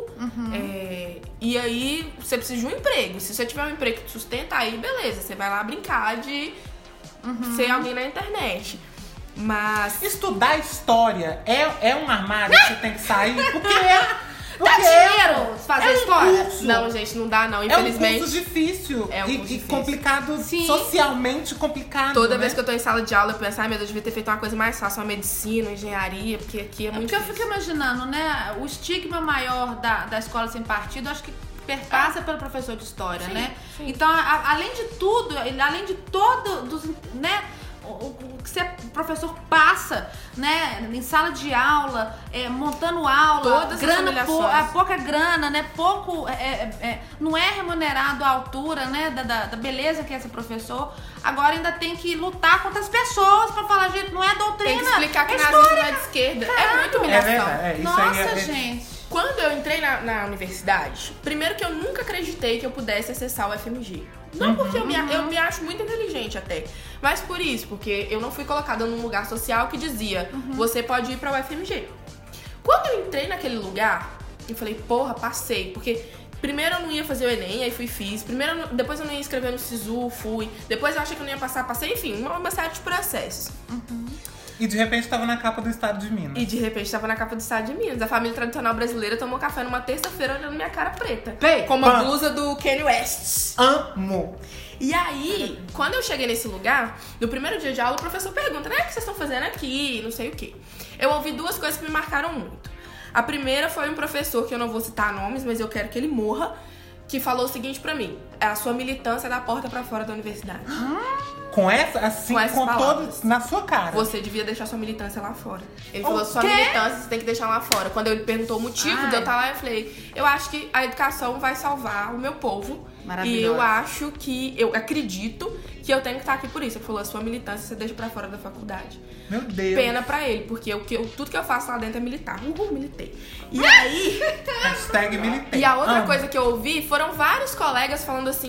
E aí, você precisa de um emprego. Se você tiver um emprego que te sustenta, aí beleza. Você vai lá brincar de ser alguém na internet. Mas... Estudar história é um armário que você tem que sair, porque Dá dinheiro fazer história? curso. Não, gente, não dá não, É um infelizmente. curso difícil É um curso e difícil. complicado, Sim. socialmente complicado. Toda né? vez que eu tô em sala de aula, eu penso, ai meu Deus, eu devia ter feito uma coisa mais fácil, uma medicina, uma engenharia, porque aqui é muito Porque eu difícil. fico imaginando, né? O estigma maior da escola sem partido, acho que perpassa pelo professor de história, né? sim. Então, além de tudo, além de todo, né? O que o professor passa, né, em sala de aula, montando aula, Todas grana, as humilhações. pouca grana, né, pouco, não é remunerado à altura, né, da beleza que é esse professor. Agora ainda tem que lutar contra as pessoas pra falar, gente, não é doutrina, Tem que explicar que é nazismo história. não é de esquerda. Caralho. É muita É humilhação. verdade, isso Nossa, aí gente. Quando eu entrei na universidade, primeiro que eu nunca acreditei que eu pudesse acessar o FMG. Não porque eu me acho muito inteligente até, mas por isso, porque eu não fui colocada num lugar social que dizia, você pode ir pra UFMG. Quando eu entrei naquele lugar, eu falei, porra, passei, porque primeiro eu não ia fazer o Enem, aí fiz. Depois eu não ia escrever no SISU, fui. Depois eu achei que eu não ia passar, passei, enfim, uma série de processos. E de repente tava na capa do Estado de Minas. E de repente tava na capa do Estado de Minas. A família tradicional brasileira tomou café numa terça-feira olhando minha cara preta. Com uma blusa do Kanye West. Amo! E aí, quando eu cheguei nesse lugar, no primeiro dia de aula, o professor pergunta, né, o que vocês estão fazendo aqui, não sei o quê. Eu ouvi duas coisas que me marcaram muito. A primeira foi um professor, que eu não vou citar nomes, mas eu quero que ele morra, que falou o seguinte pra mim, a sua militância é da porta pra fora da universidade. Com essa, assim, Com essas com palavras. todos na sua cara. Você devia deixar sua militância lá fora. Ele O falou, sua quê? militância você tem que deixar lá fora. Quando ele perguntou o motivo de eu estar lá, eu falei, eu acho que a educação vai salvar o meu povo. E eu acho que, eu acredito que eu tenho que estar aqui por isso. Ele falou, a sua militância você deixa pra fora da faculdade. Meu Deus. Pena pra ele, porque tudo que eu faço lá dentro é militar. Militei. E aí... Hashtag militei. E a outra Amo. coisa que eu ouvi foram vários colegas falando assim,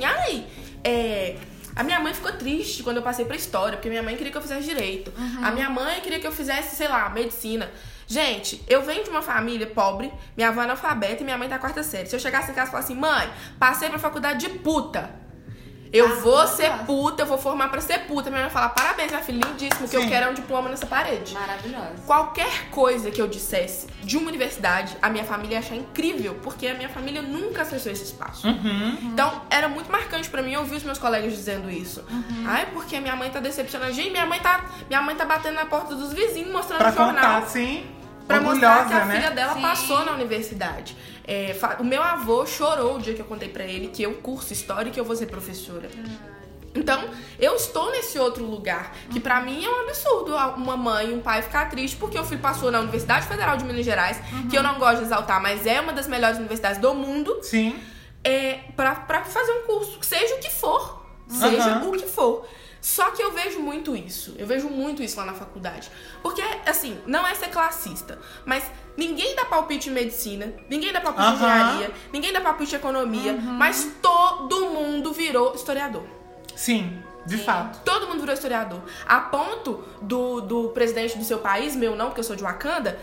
a minha mãe ficou triste quando eu passei pra história, porque minha mãe queria que eu fizesse direito. A minha mãe queria que eu fizesse, sei lá, medicina. Gente, eu venho de uma família pobre, minha avó é analfabeta e minha mãe tá quarta série. Se eu chegasse em casa e falasse assim, mãe, passei pra faculdade de puta. Eu vou ser puta, eu vou formar pra ser puta. Minha mãe fala, parabéns, minha filha, lindíssimo, que eu quero é um diploma nessa parede. Maravilhosa. Qualquer coisa que eu dissesse de uma universidade, a minha família ia achar incrível, porque a minha família nunca acessou esse espaço. Então, era muito marcante pra mim ouvir os meus colegas dizendo isso. Ai, porque minha mãe tá decepcionando. Gente, minha mãe tá batendo na porta dos vizinhos, mostrando pra no jornal. Contar, sim. Pra mostrar que a né? filha dela passou na universidade. O meu avô chorou o dia que eu contei pra ele que eu curso história e que eu vou ser professora. Então, eu estou nesse outro lugar, que pra mim é um absurdo uma mãe e um pai ficar triste porque o filho passou na Universidade Federal de Minas Gerais, que eu não gosto de exaltar, mas é uma das melhores universidades do mundo. Sim. Pra fazer um curso, seja o que for. Seja o que for. Só que eu vejo muito isso lá na faculdade. Porque, assim, não é ser classista, mas ninguém dá palpite em medicina, ninguém dá palpite em engenharia, ninguém dá palpite em economia, mas todo mundo virou historiador. Sim, de fato. Todo mundo virou historiador. A ponto do presidente do seu país, meu não, porque eu sou de Wakanda,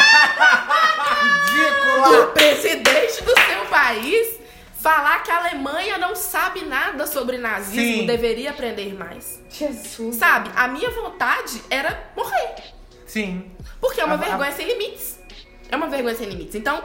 Ridícula! o presidente do seu país falar que a Alemanha não sabe nada sobre nazismo, deveria aprender mais. Jesus. Sabe, a minha vontade era morrer. Sim. Porque é uma vergonha sem limites. É uma vergonha sem limites. Então,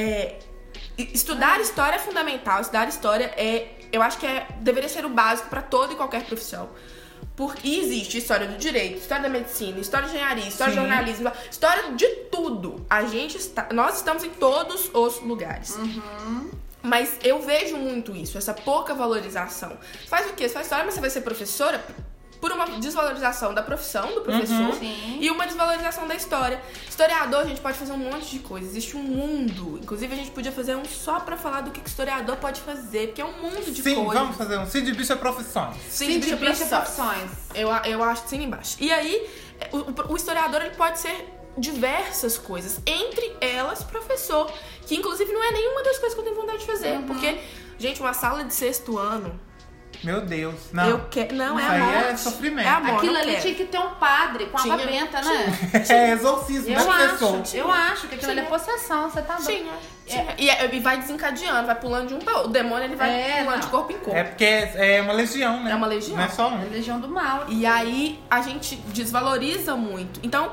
estudar história é fundamental. Estudar história eu acho que deveria ser o básico para toda e qualquer profissão. Porque existe história do direito, história da medicina, história de engenharia, história de jornalismo, história de tudo. Nós estamos em todos os lugares. Mas eu vejo muito isso, essa pouca valorização. Você faz o quê? Você faz história, mas você vai ser professora por uma desvalorização da profissão do professor e uma desvalorização da história. Historiador, a gente pode fazer um monte de coisa. Existe um mundo. Inclusive, a gente podia fazer um só pra falar do que historiador pode fazer, porque é um mundo de coisas. Sim, vamos fazer um Cid Bicha Profissões. Cid Bicha Profissões. Eu acho que sim embaixo. E aí, o historiador ele pode ser diversas coisas, entre elas professor, que inclusive não é nenhuma das coisas que eu tenho vontade de fazer, porque, gente, uma sala de 6º ano, meu Deus, não. Não, isso é a morte. Aí é sofrimento. É a morte. Aquilo ali tinha que ter um padre com água benta, né? É exorcismo das pessoas. Eu acho que aquilo ali é possessão, você tá doido. E vai desencadeando, vai pulando de um pra outro. O demônio ele vai pulando de corpo em corpo. É porque é uma legião, né? É uma legião. Não é só um. É legião do mal. E aí a gente desvaloriza muito. Então,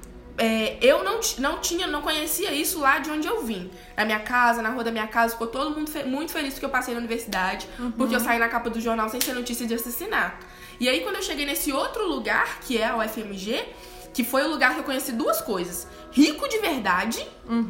eu não conhecia isso lá de onde eu vim. Na minha casa, na rua da minha casa, ficou todo mundo muito feliz porque eu passei na universidade, porque eu saí na capa do jornal sem ser notícia de assassinato. E aí, quando eu cheguei nesse outro lugar, que é a UFMG, que foi o lugar que eu conheci duas coisas: rico de verdade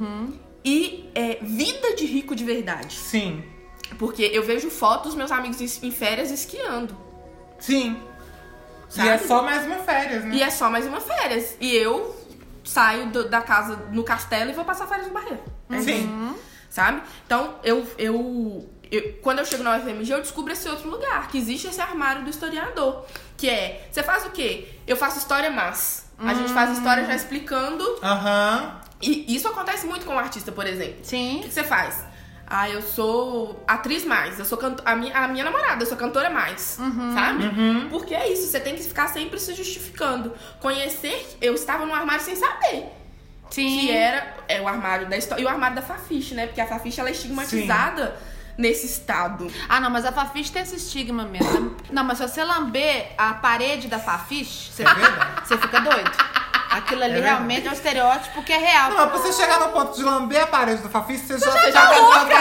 e vida de rico de verdade. Sim. Porque eu vejo fotos dos meus amigos em férias esquiando. Sim. Sabe? E é só mais uma férias, né? E é só mais uma férias. E eu saio da casa no castelo e vou passar férias no Barreiro. Sim. Sabe? Então, quando eu chego na UFMG, eu descubro esse outro lugar, que existe esse armário do historiador. Que você faz o quê? Eu faço história mas. A gente faz história já explicando. E isso acontece muito com o artista, por exemplo. Sim. O que você faz? Eu sou atriz mais, eu sou a minha namorada, eu sou cantora mais, sabe? Porque é isso, você tem que ficar sempre se justificando. Eu estava no armário sem saber. Sim. Que era o armário da história. E o armário da Fafiche, né? Porque a Fafiche, ela é estigmatizada nesse estado. Não, mas a Fafiche tem esse estigma mesmo. Não, mas se você lamber a parede da Fafiche, você fica doido. Aquilo ali realmente é um estereótipo que é real. Não, pra você chegar no ponto de lamber a parede do Fafiche, você já tá louca!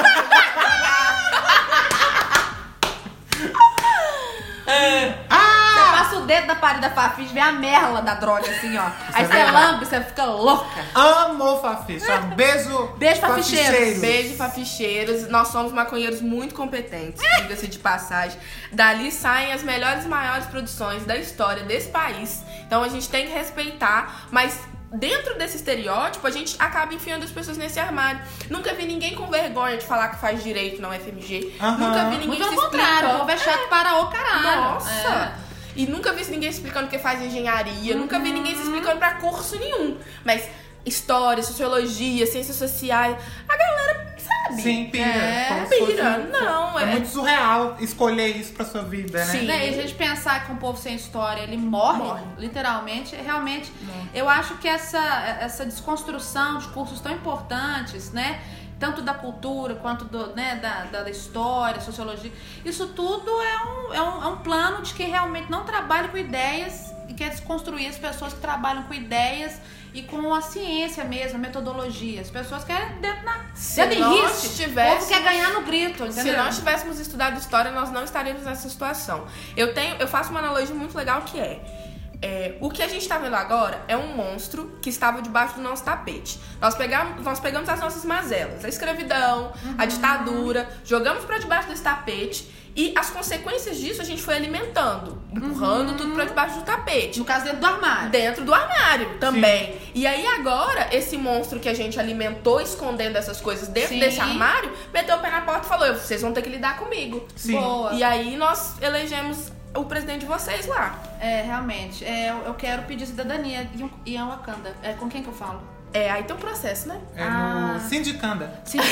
Você passa o dedo da parede da Fafiche, vê a merla da droga assim, ó. Aí você lambe, você fica louca. Amo Fafiche. Beijo, Faficheiros. Beijo, Faficheiros. Nós somos maconheiros muito competentes, diga-se de passagem. Dali saem as melhores e maiores produções da história desse país. Então a gente tem que respeitar, mas dentro desse estereótipo, a gente acaba enfiando as pessoas nesse armário. Nunca vi ninguém com vergonha de falar que faz direito na UFMG. Nunca vi ninguém muito se ao contrário, o povo é chato para o caralho. Nossa! E nunca vi ninguém explicando o que faz engenharia. Nunca vi ninguém se explicando pra curso nenhum. Mas história, sociologia, ciências sociais, a galera sabe. Sim, pira. Pira. Não, é muito surreal escolher isso pra sua vida, né? Sim. E a gente pensar que um povo sem história, ele morre. Literalmente. Realmente, eu acho que essa desconstrução de cursos tão importantes, né? tanto da cultura quanto da história, sociologia. Isso tudo é um plano de quem realmente não trabalha com ideias e quer desconstruir as pessoas que trabalham com ideias e com a ciência mesmo, a metodologia. As pessoas querem dedo em riste. O povo quer ganhar no grito, entendeu? Se nós tivéssemos estudado história, nós não estaríamos nessa situação. Eu faço uma analogia muito legal que o que a gente está vendo agora é um monstro que estava debaixo do nosso tapete. Nós pegamos as nossas mazelas, a escravidão, a ditadura, jogamos para debaixo desse tapete e as consequências disso a gente foi alimentando, empurrando tudo para debaixo do tapete. No caso, dentro do armário. Dentro do armário também. Sim. E aí agora, esse monstro que a gente alimentou escondendo essas coisas dentro desse armário, meteu o pé na porta e falou, vocês vão ter que lidar comigo. Sim. Boa. E aí nós elegemos o presidente de vocês lá. Realmente. Eu quero pedir cidadania em Wakanda. Com quem que eu falo? Aí tem um processo, né? No Sindicanda.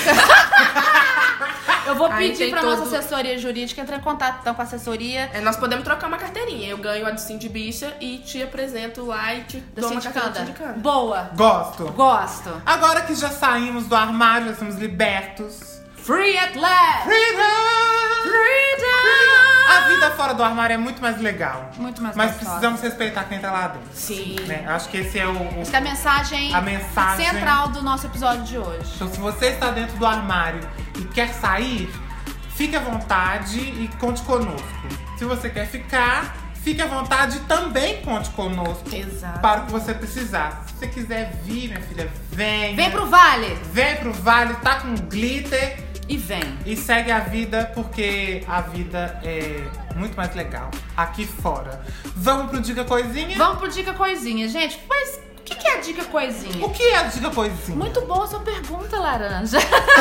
Eu vou pedir pra nossa assessoria jurídica entrar em contato então com a assessoria. Nós podemos trocar uma carteirinha. Eu ganho a de Sindibicha e te apresento lá e te dou uma carteira de Sindicanda. Boa. Gosto. Agora que já saímos do armário, já somos libertos. Free at last! Freedom! A vida fora do armário é muito mais legal. Muito mais Mas gostosa. precisamos respeitar quem tá lá dentro. Sim. Né? Acho que esse é Acho que a mensagem central do nosso episódio de hoje. Então, se você está dentro do armário e quer sair, fique à vontade e conte conosco. Se você quer ficar, fique à vontade e também conte conosco. Exato. Para o que você precisar. Se você quiser vir, minha filha, venha. Vem pro Vale! Vem pro Vale, tá com glitter. E vem. E segue a vida, porque a vida é muito mais legal aqui fora. Vamos pro Dica Coisinha? Vamos pro Dica Coisinha, gente. Mas o que é a Dica Coisinha? O que é a Dica Coisinha? Muito boa a sua pergunta, Laranja.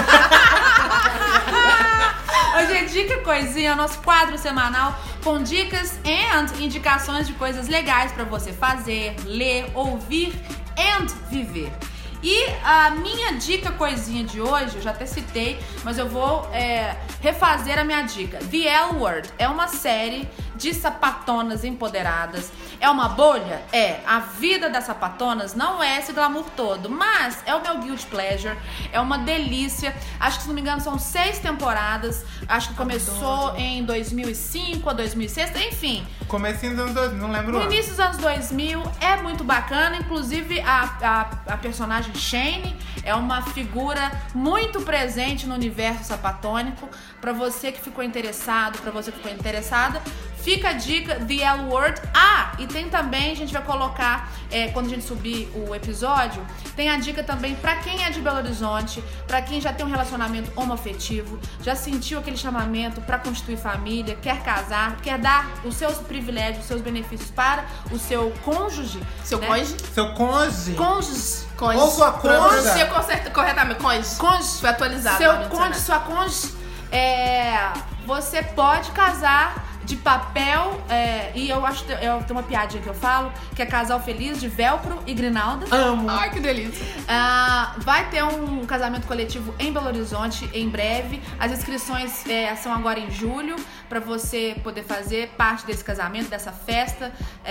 Hoje, Dica Coisinha é o nosso quadro semanal com dicas e indicações de coisas legais pra você fazer, ler, ouvir e viver. E a minha dica coisinha de hoje, eu já até citei, mas eu vou refazer a minha dica. The L Word é uma série de sapatonas empoderadas. É uma bolha? A vida das sapatonas não é esse glamour todo, mas é o meu guilty pleasure, é uma delícia. Acho que, se não me engano, são 6 temporadas. Acho que começou em 2005 a 2006, enfim. Comecinho dos anos 2000, não lembro. No início dos anos 2000, é muito bacana. Inclusive, a personagem Shane é uma figura muito presente no universo sapatônico. Pra você que ficou interessado, pra você que ficou interessada, fica a dica, The L Word. E tem também, a gente vai colocar, quando a gente subir o episódio, tem a dica também pra quem é de Belo Horizonte, pra quem já tem um relacionamento homoafetivo, já sentiu aquele chamamento pra constituir família, quer casar, quer dar os seus privilégios, os seus benefícios para o seu cônjuge. Seu né? cônjuge? Seu cônjuge. Cônjuge. Ou sua cônjuge. Pronuncia corretamente. Cônjuge. Foi atualizado. Seu cônjuge, sua cônjuge. Você pode casar de papel, e eu acho que tem uma piadinha que eu falo, que é casal feliz de velcro e grinalda. Amo. Ai, que delícia. Vai ter um casamento coletivo em Belo Horizonte em breve. As inscrições são agora em julho, para você poder fazer parte desse casamento, dessa festa.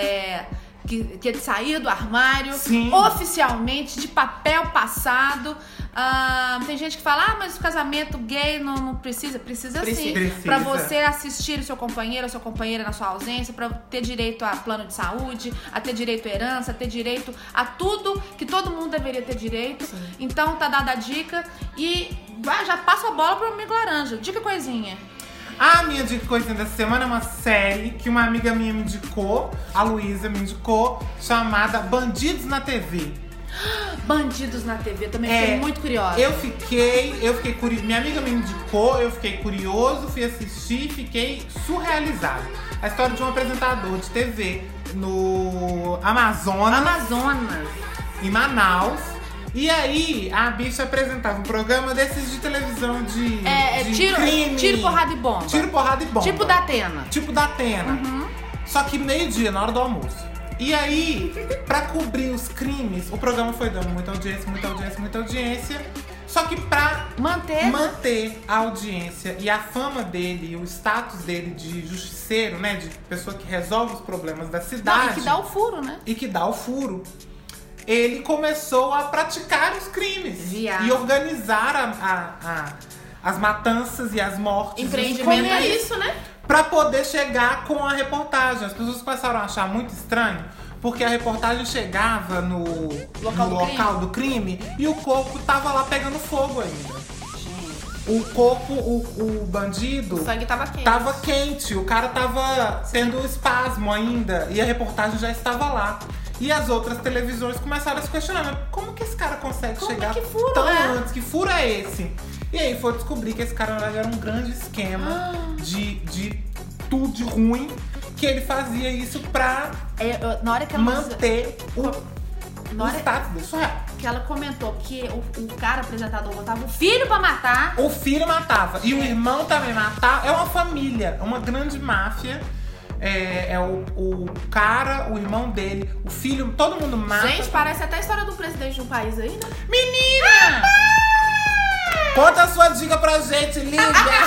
Que é de sair do armário. Sim. Oficialmente, de papel passado. Tem gente que fala, mas o casamento gay não precisa. Precisa sim. Pra você assistir o seu companheiro, a sua companheira na sua ausência, pra ter direito a plano de saúde, a ter direito à herança, a ter direito a tudo que todo mundo deveria ter direito. Sim. Então tá dada a dica. E já passo a bola pro amigo Laranja. Dica coisinha. A minha dica coisinha dessa semana é uma série que uma amiga minha me indicou, a Luísa me indicou, chamada Bandidos na TV. Bandidos na TV, também fiquei muito curiosa. Eu fiquei curioso. Minha amiga me indicou, eu fiquei curioso, fui assistir, fiquei surrealizado. A história de um apresentador de TV no Amazonas. Em Manaus. E aí, a bicha apresentava um programa desses de televisão de crime. Tiro, porrada e bomba. Tiro, porrada e bomba. Tipo da Atena. Uhum. Só que meio-dia, na hora do almoço. E aí, pra cobrir os crimes, o programa foi dando muita audiência. Só que pra manter a audiência e a fama dele, e o status dele de justiceiro, né? De pessoa que resolve os problemas da cidade. E que dá o furo, né? E que dá o furo. ele começou a praticar os crimes. Viado. E organizar as matanças e as mortes. Empreendimento é isso, né? Pra poder chegar com a reportagem. As pessoas começaram a achar muito estranho, porque a reportagem chegava no local do crime e o corpo tava lá pegando fogo ainda. O corpo, o bandido... O sangue tava quente. Tava quente, o cara tava tendo espasmo ainda e a reportagem já estava lá. E as outras televisões começaram a se questionar, mas como que esse cara consegue chegar tão antes? Que furo é esse? E aí foi descobrir que esse cara, na verdade, era um grande esquema de tudo de ruim, que ele fazia isso pra na hora que ela manter o status dele surreal. Que ela comentou que o cara apresentador botava o filho pra matar. O filho matava. E o irmão também matava. É uma família, é uma grande máfia. É o cara, o irmão dele, o filho, todo mundo mata. Gente, parece até a história do presidente de um país aí, né? Menina! Conta a sua dica pra gente, Lívia!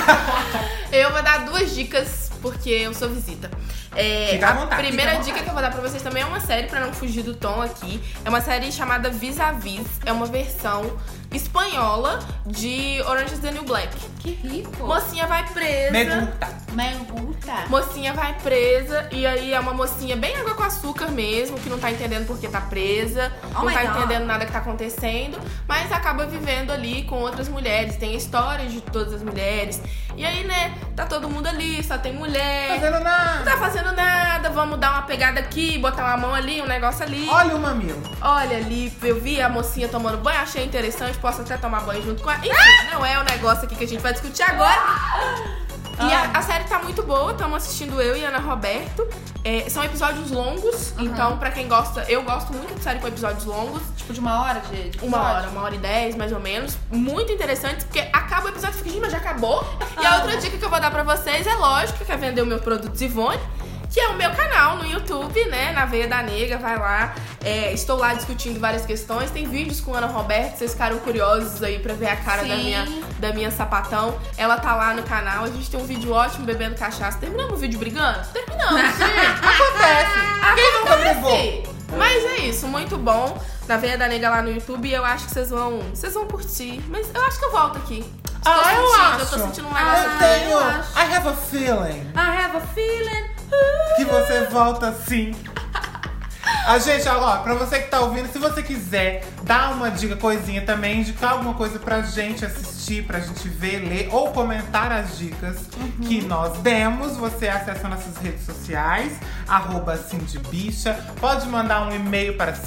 Eu vou dar 2 dicas, porque eu sou visita. Fica à vontade, primeira dica que eu vou dar pra vocês também é uma série, pra não fugir do tom aqui. É uma série chamada Vis-a-Vis. É uma versão espanhola de Orange is the New Black. Que rico. Mocinha vai presa. Merguta. Mocinha vai presa. E aí é uma mocinha bem água com açúcar mesmo, que não tá entendendo por que tá presa. Não tá entendendo nada que tá acontecendo. Mas acaba vivendo ali com outras mulheres. Tem histórias de todas as mulheres. E aí, né, tá todo mundo ali, só tem mulher. Fazendo nada. Não tá fazendo nada. Vamos dar uma pegada aqui, botar uma mão ali, um negócio ali. Olha o mamilo. Olha ali, eu vi a mocinha tomando banho, achei interessante, posso até tomar banho junto com ela. Enfim, não é o negócio aqui que a gente vai discutir agora. E a série tá muito boa, estamos assistindo eu e Ana Roberto. São episódios longos, então pra quem gosta, eu gosto muito de série com episódios longos. Tipo de 1 hora de episódio? 1h10, mais ou menos. Muito interessante, porque acaba o episódio e fica, gente, mas já acabou? E a outra dica que eu vou dar pra vocês é lógico, que é vender o meu produto Zivone, que é o meu canal no YouTube, né? Na Veia da Nega, vai lá. Estou lá discutindo várias questões. Tem vídeos com a Ana Roberto, vocês ficaram curiosos aí pra ver a cara da minha sapatão. Ela tá lá no canal. A gente tem um vídeo ótimo bebendo cachaça. Terminamos o vídeo brigando? Terminamos. Acontece. Quem nunca brigou? Mas é isso, muito bom. Na Veia da Nega lá no YouTube. E eu acho que vocês vão curtir. Mas eu acho que eu volto aqui. Eu tô sentindo um negócio. I have a feeling. I have a feeling. Que você volta sim. A gente, ó, pra você que tá ouvindo, se você quiser dar uma dica, coisinha também, indicar alguma coisa pra gente assistir, pra gente ver, ler ou comentar as dicas que nós demos, você acessa nossas redes sociais, @cindybicha. Pode mandar um e-mail para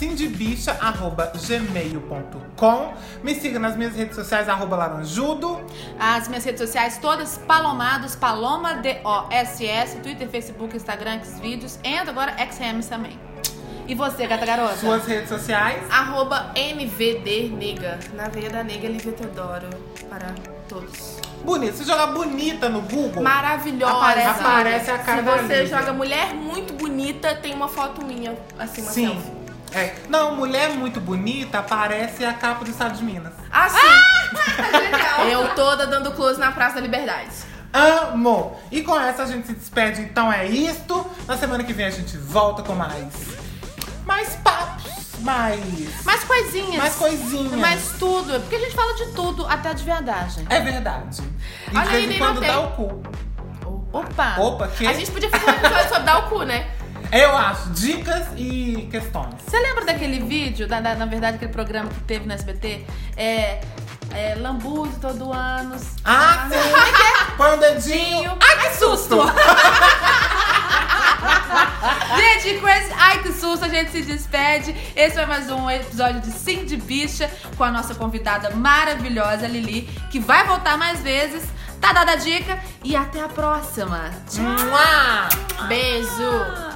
cindybicha@gmail.com. Me siga nas minhas redes sociais, @laranjudo. As minhas redes sociais todas palomados, Paloma DOSS, Twitter, Facebook, Instagram, Xvideos, e agora XM também. E você, gata garota? Suas redes sociais? @NVDNega. Na Veia da Nega, Lívia Teodoro. Para todos. Bonita. Se jogar bonita no Google, maravilhosa. Aparece a cara da Se você Lívia. joga mulher muito bonita, tem uma foto minha, assim, uma selfie. Não, mulher muito bonita, aparece a capa do Estado de Minas. Legal. Eu toda dando close na Praça da Liberdade. Amo! E com essa a gente se despede, então é isto. Na semana que vem a gente volta com mais papos, mais coisinhas. Mais coisinhas. Mais tudo. Porque a gente fala de tudo, até de verdade. É verdade. E Olha de aí, vez em nem quando notei. dá o cu. Opa, que? A gente podia fazer um episódio sobre dar o cu, né? Eu acho. Dicas e questões. Você lembra daquele vídeo, na verdade, aquele programa que teve no SBT? Lambuze todo ano. Sim! Põe um dedinho. Ai, que susto! Gente, com esse ai que susto, a gente se despede. Esse foi mais um episódio de Cindy Bicha com a nossa convidada maravilhosa, Lili, que vai voltar mais vezes. Tá dada a dica e até a próxima. Tchau! Beijo!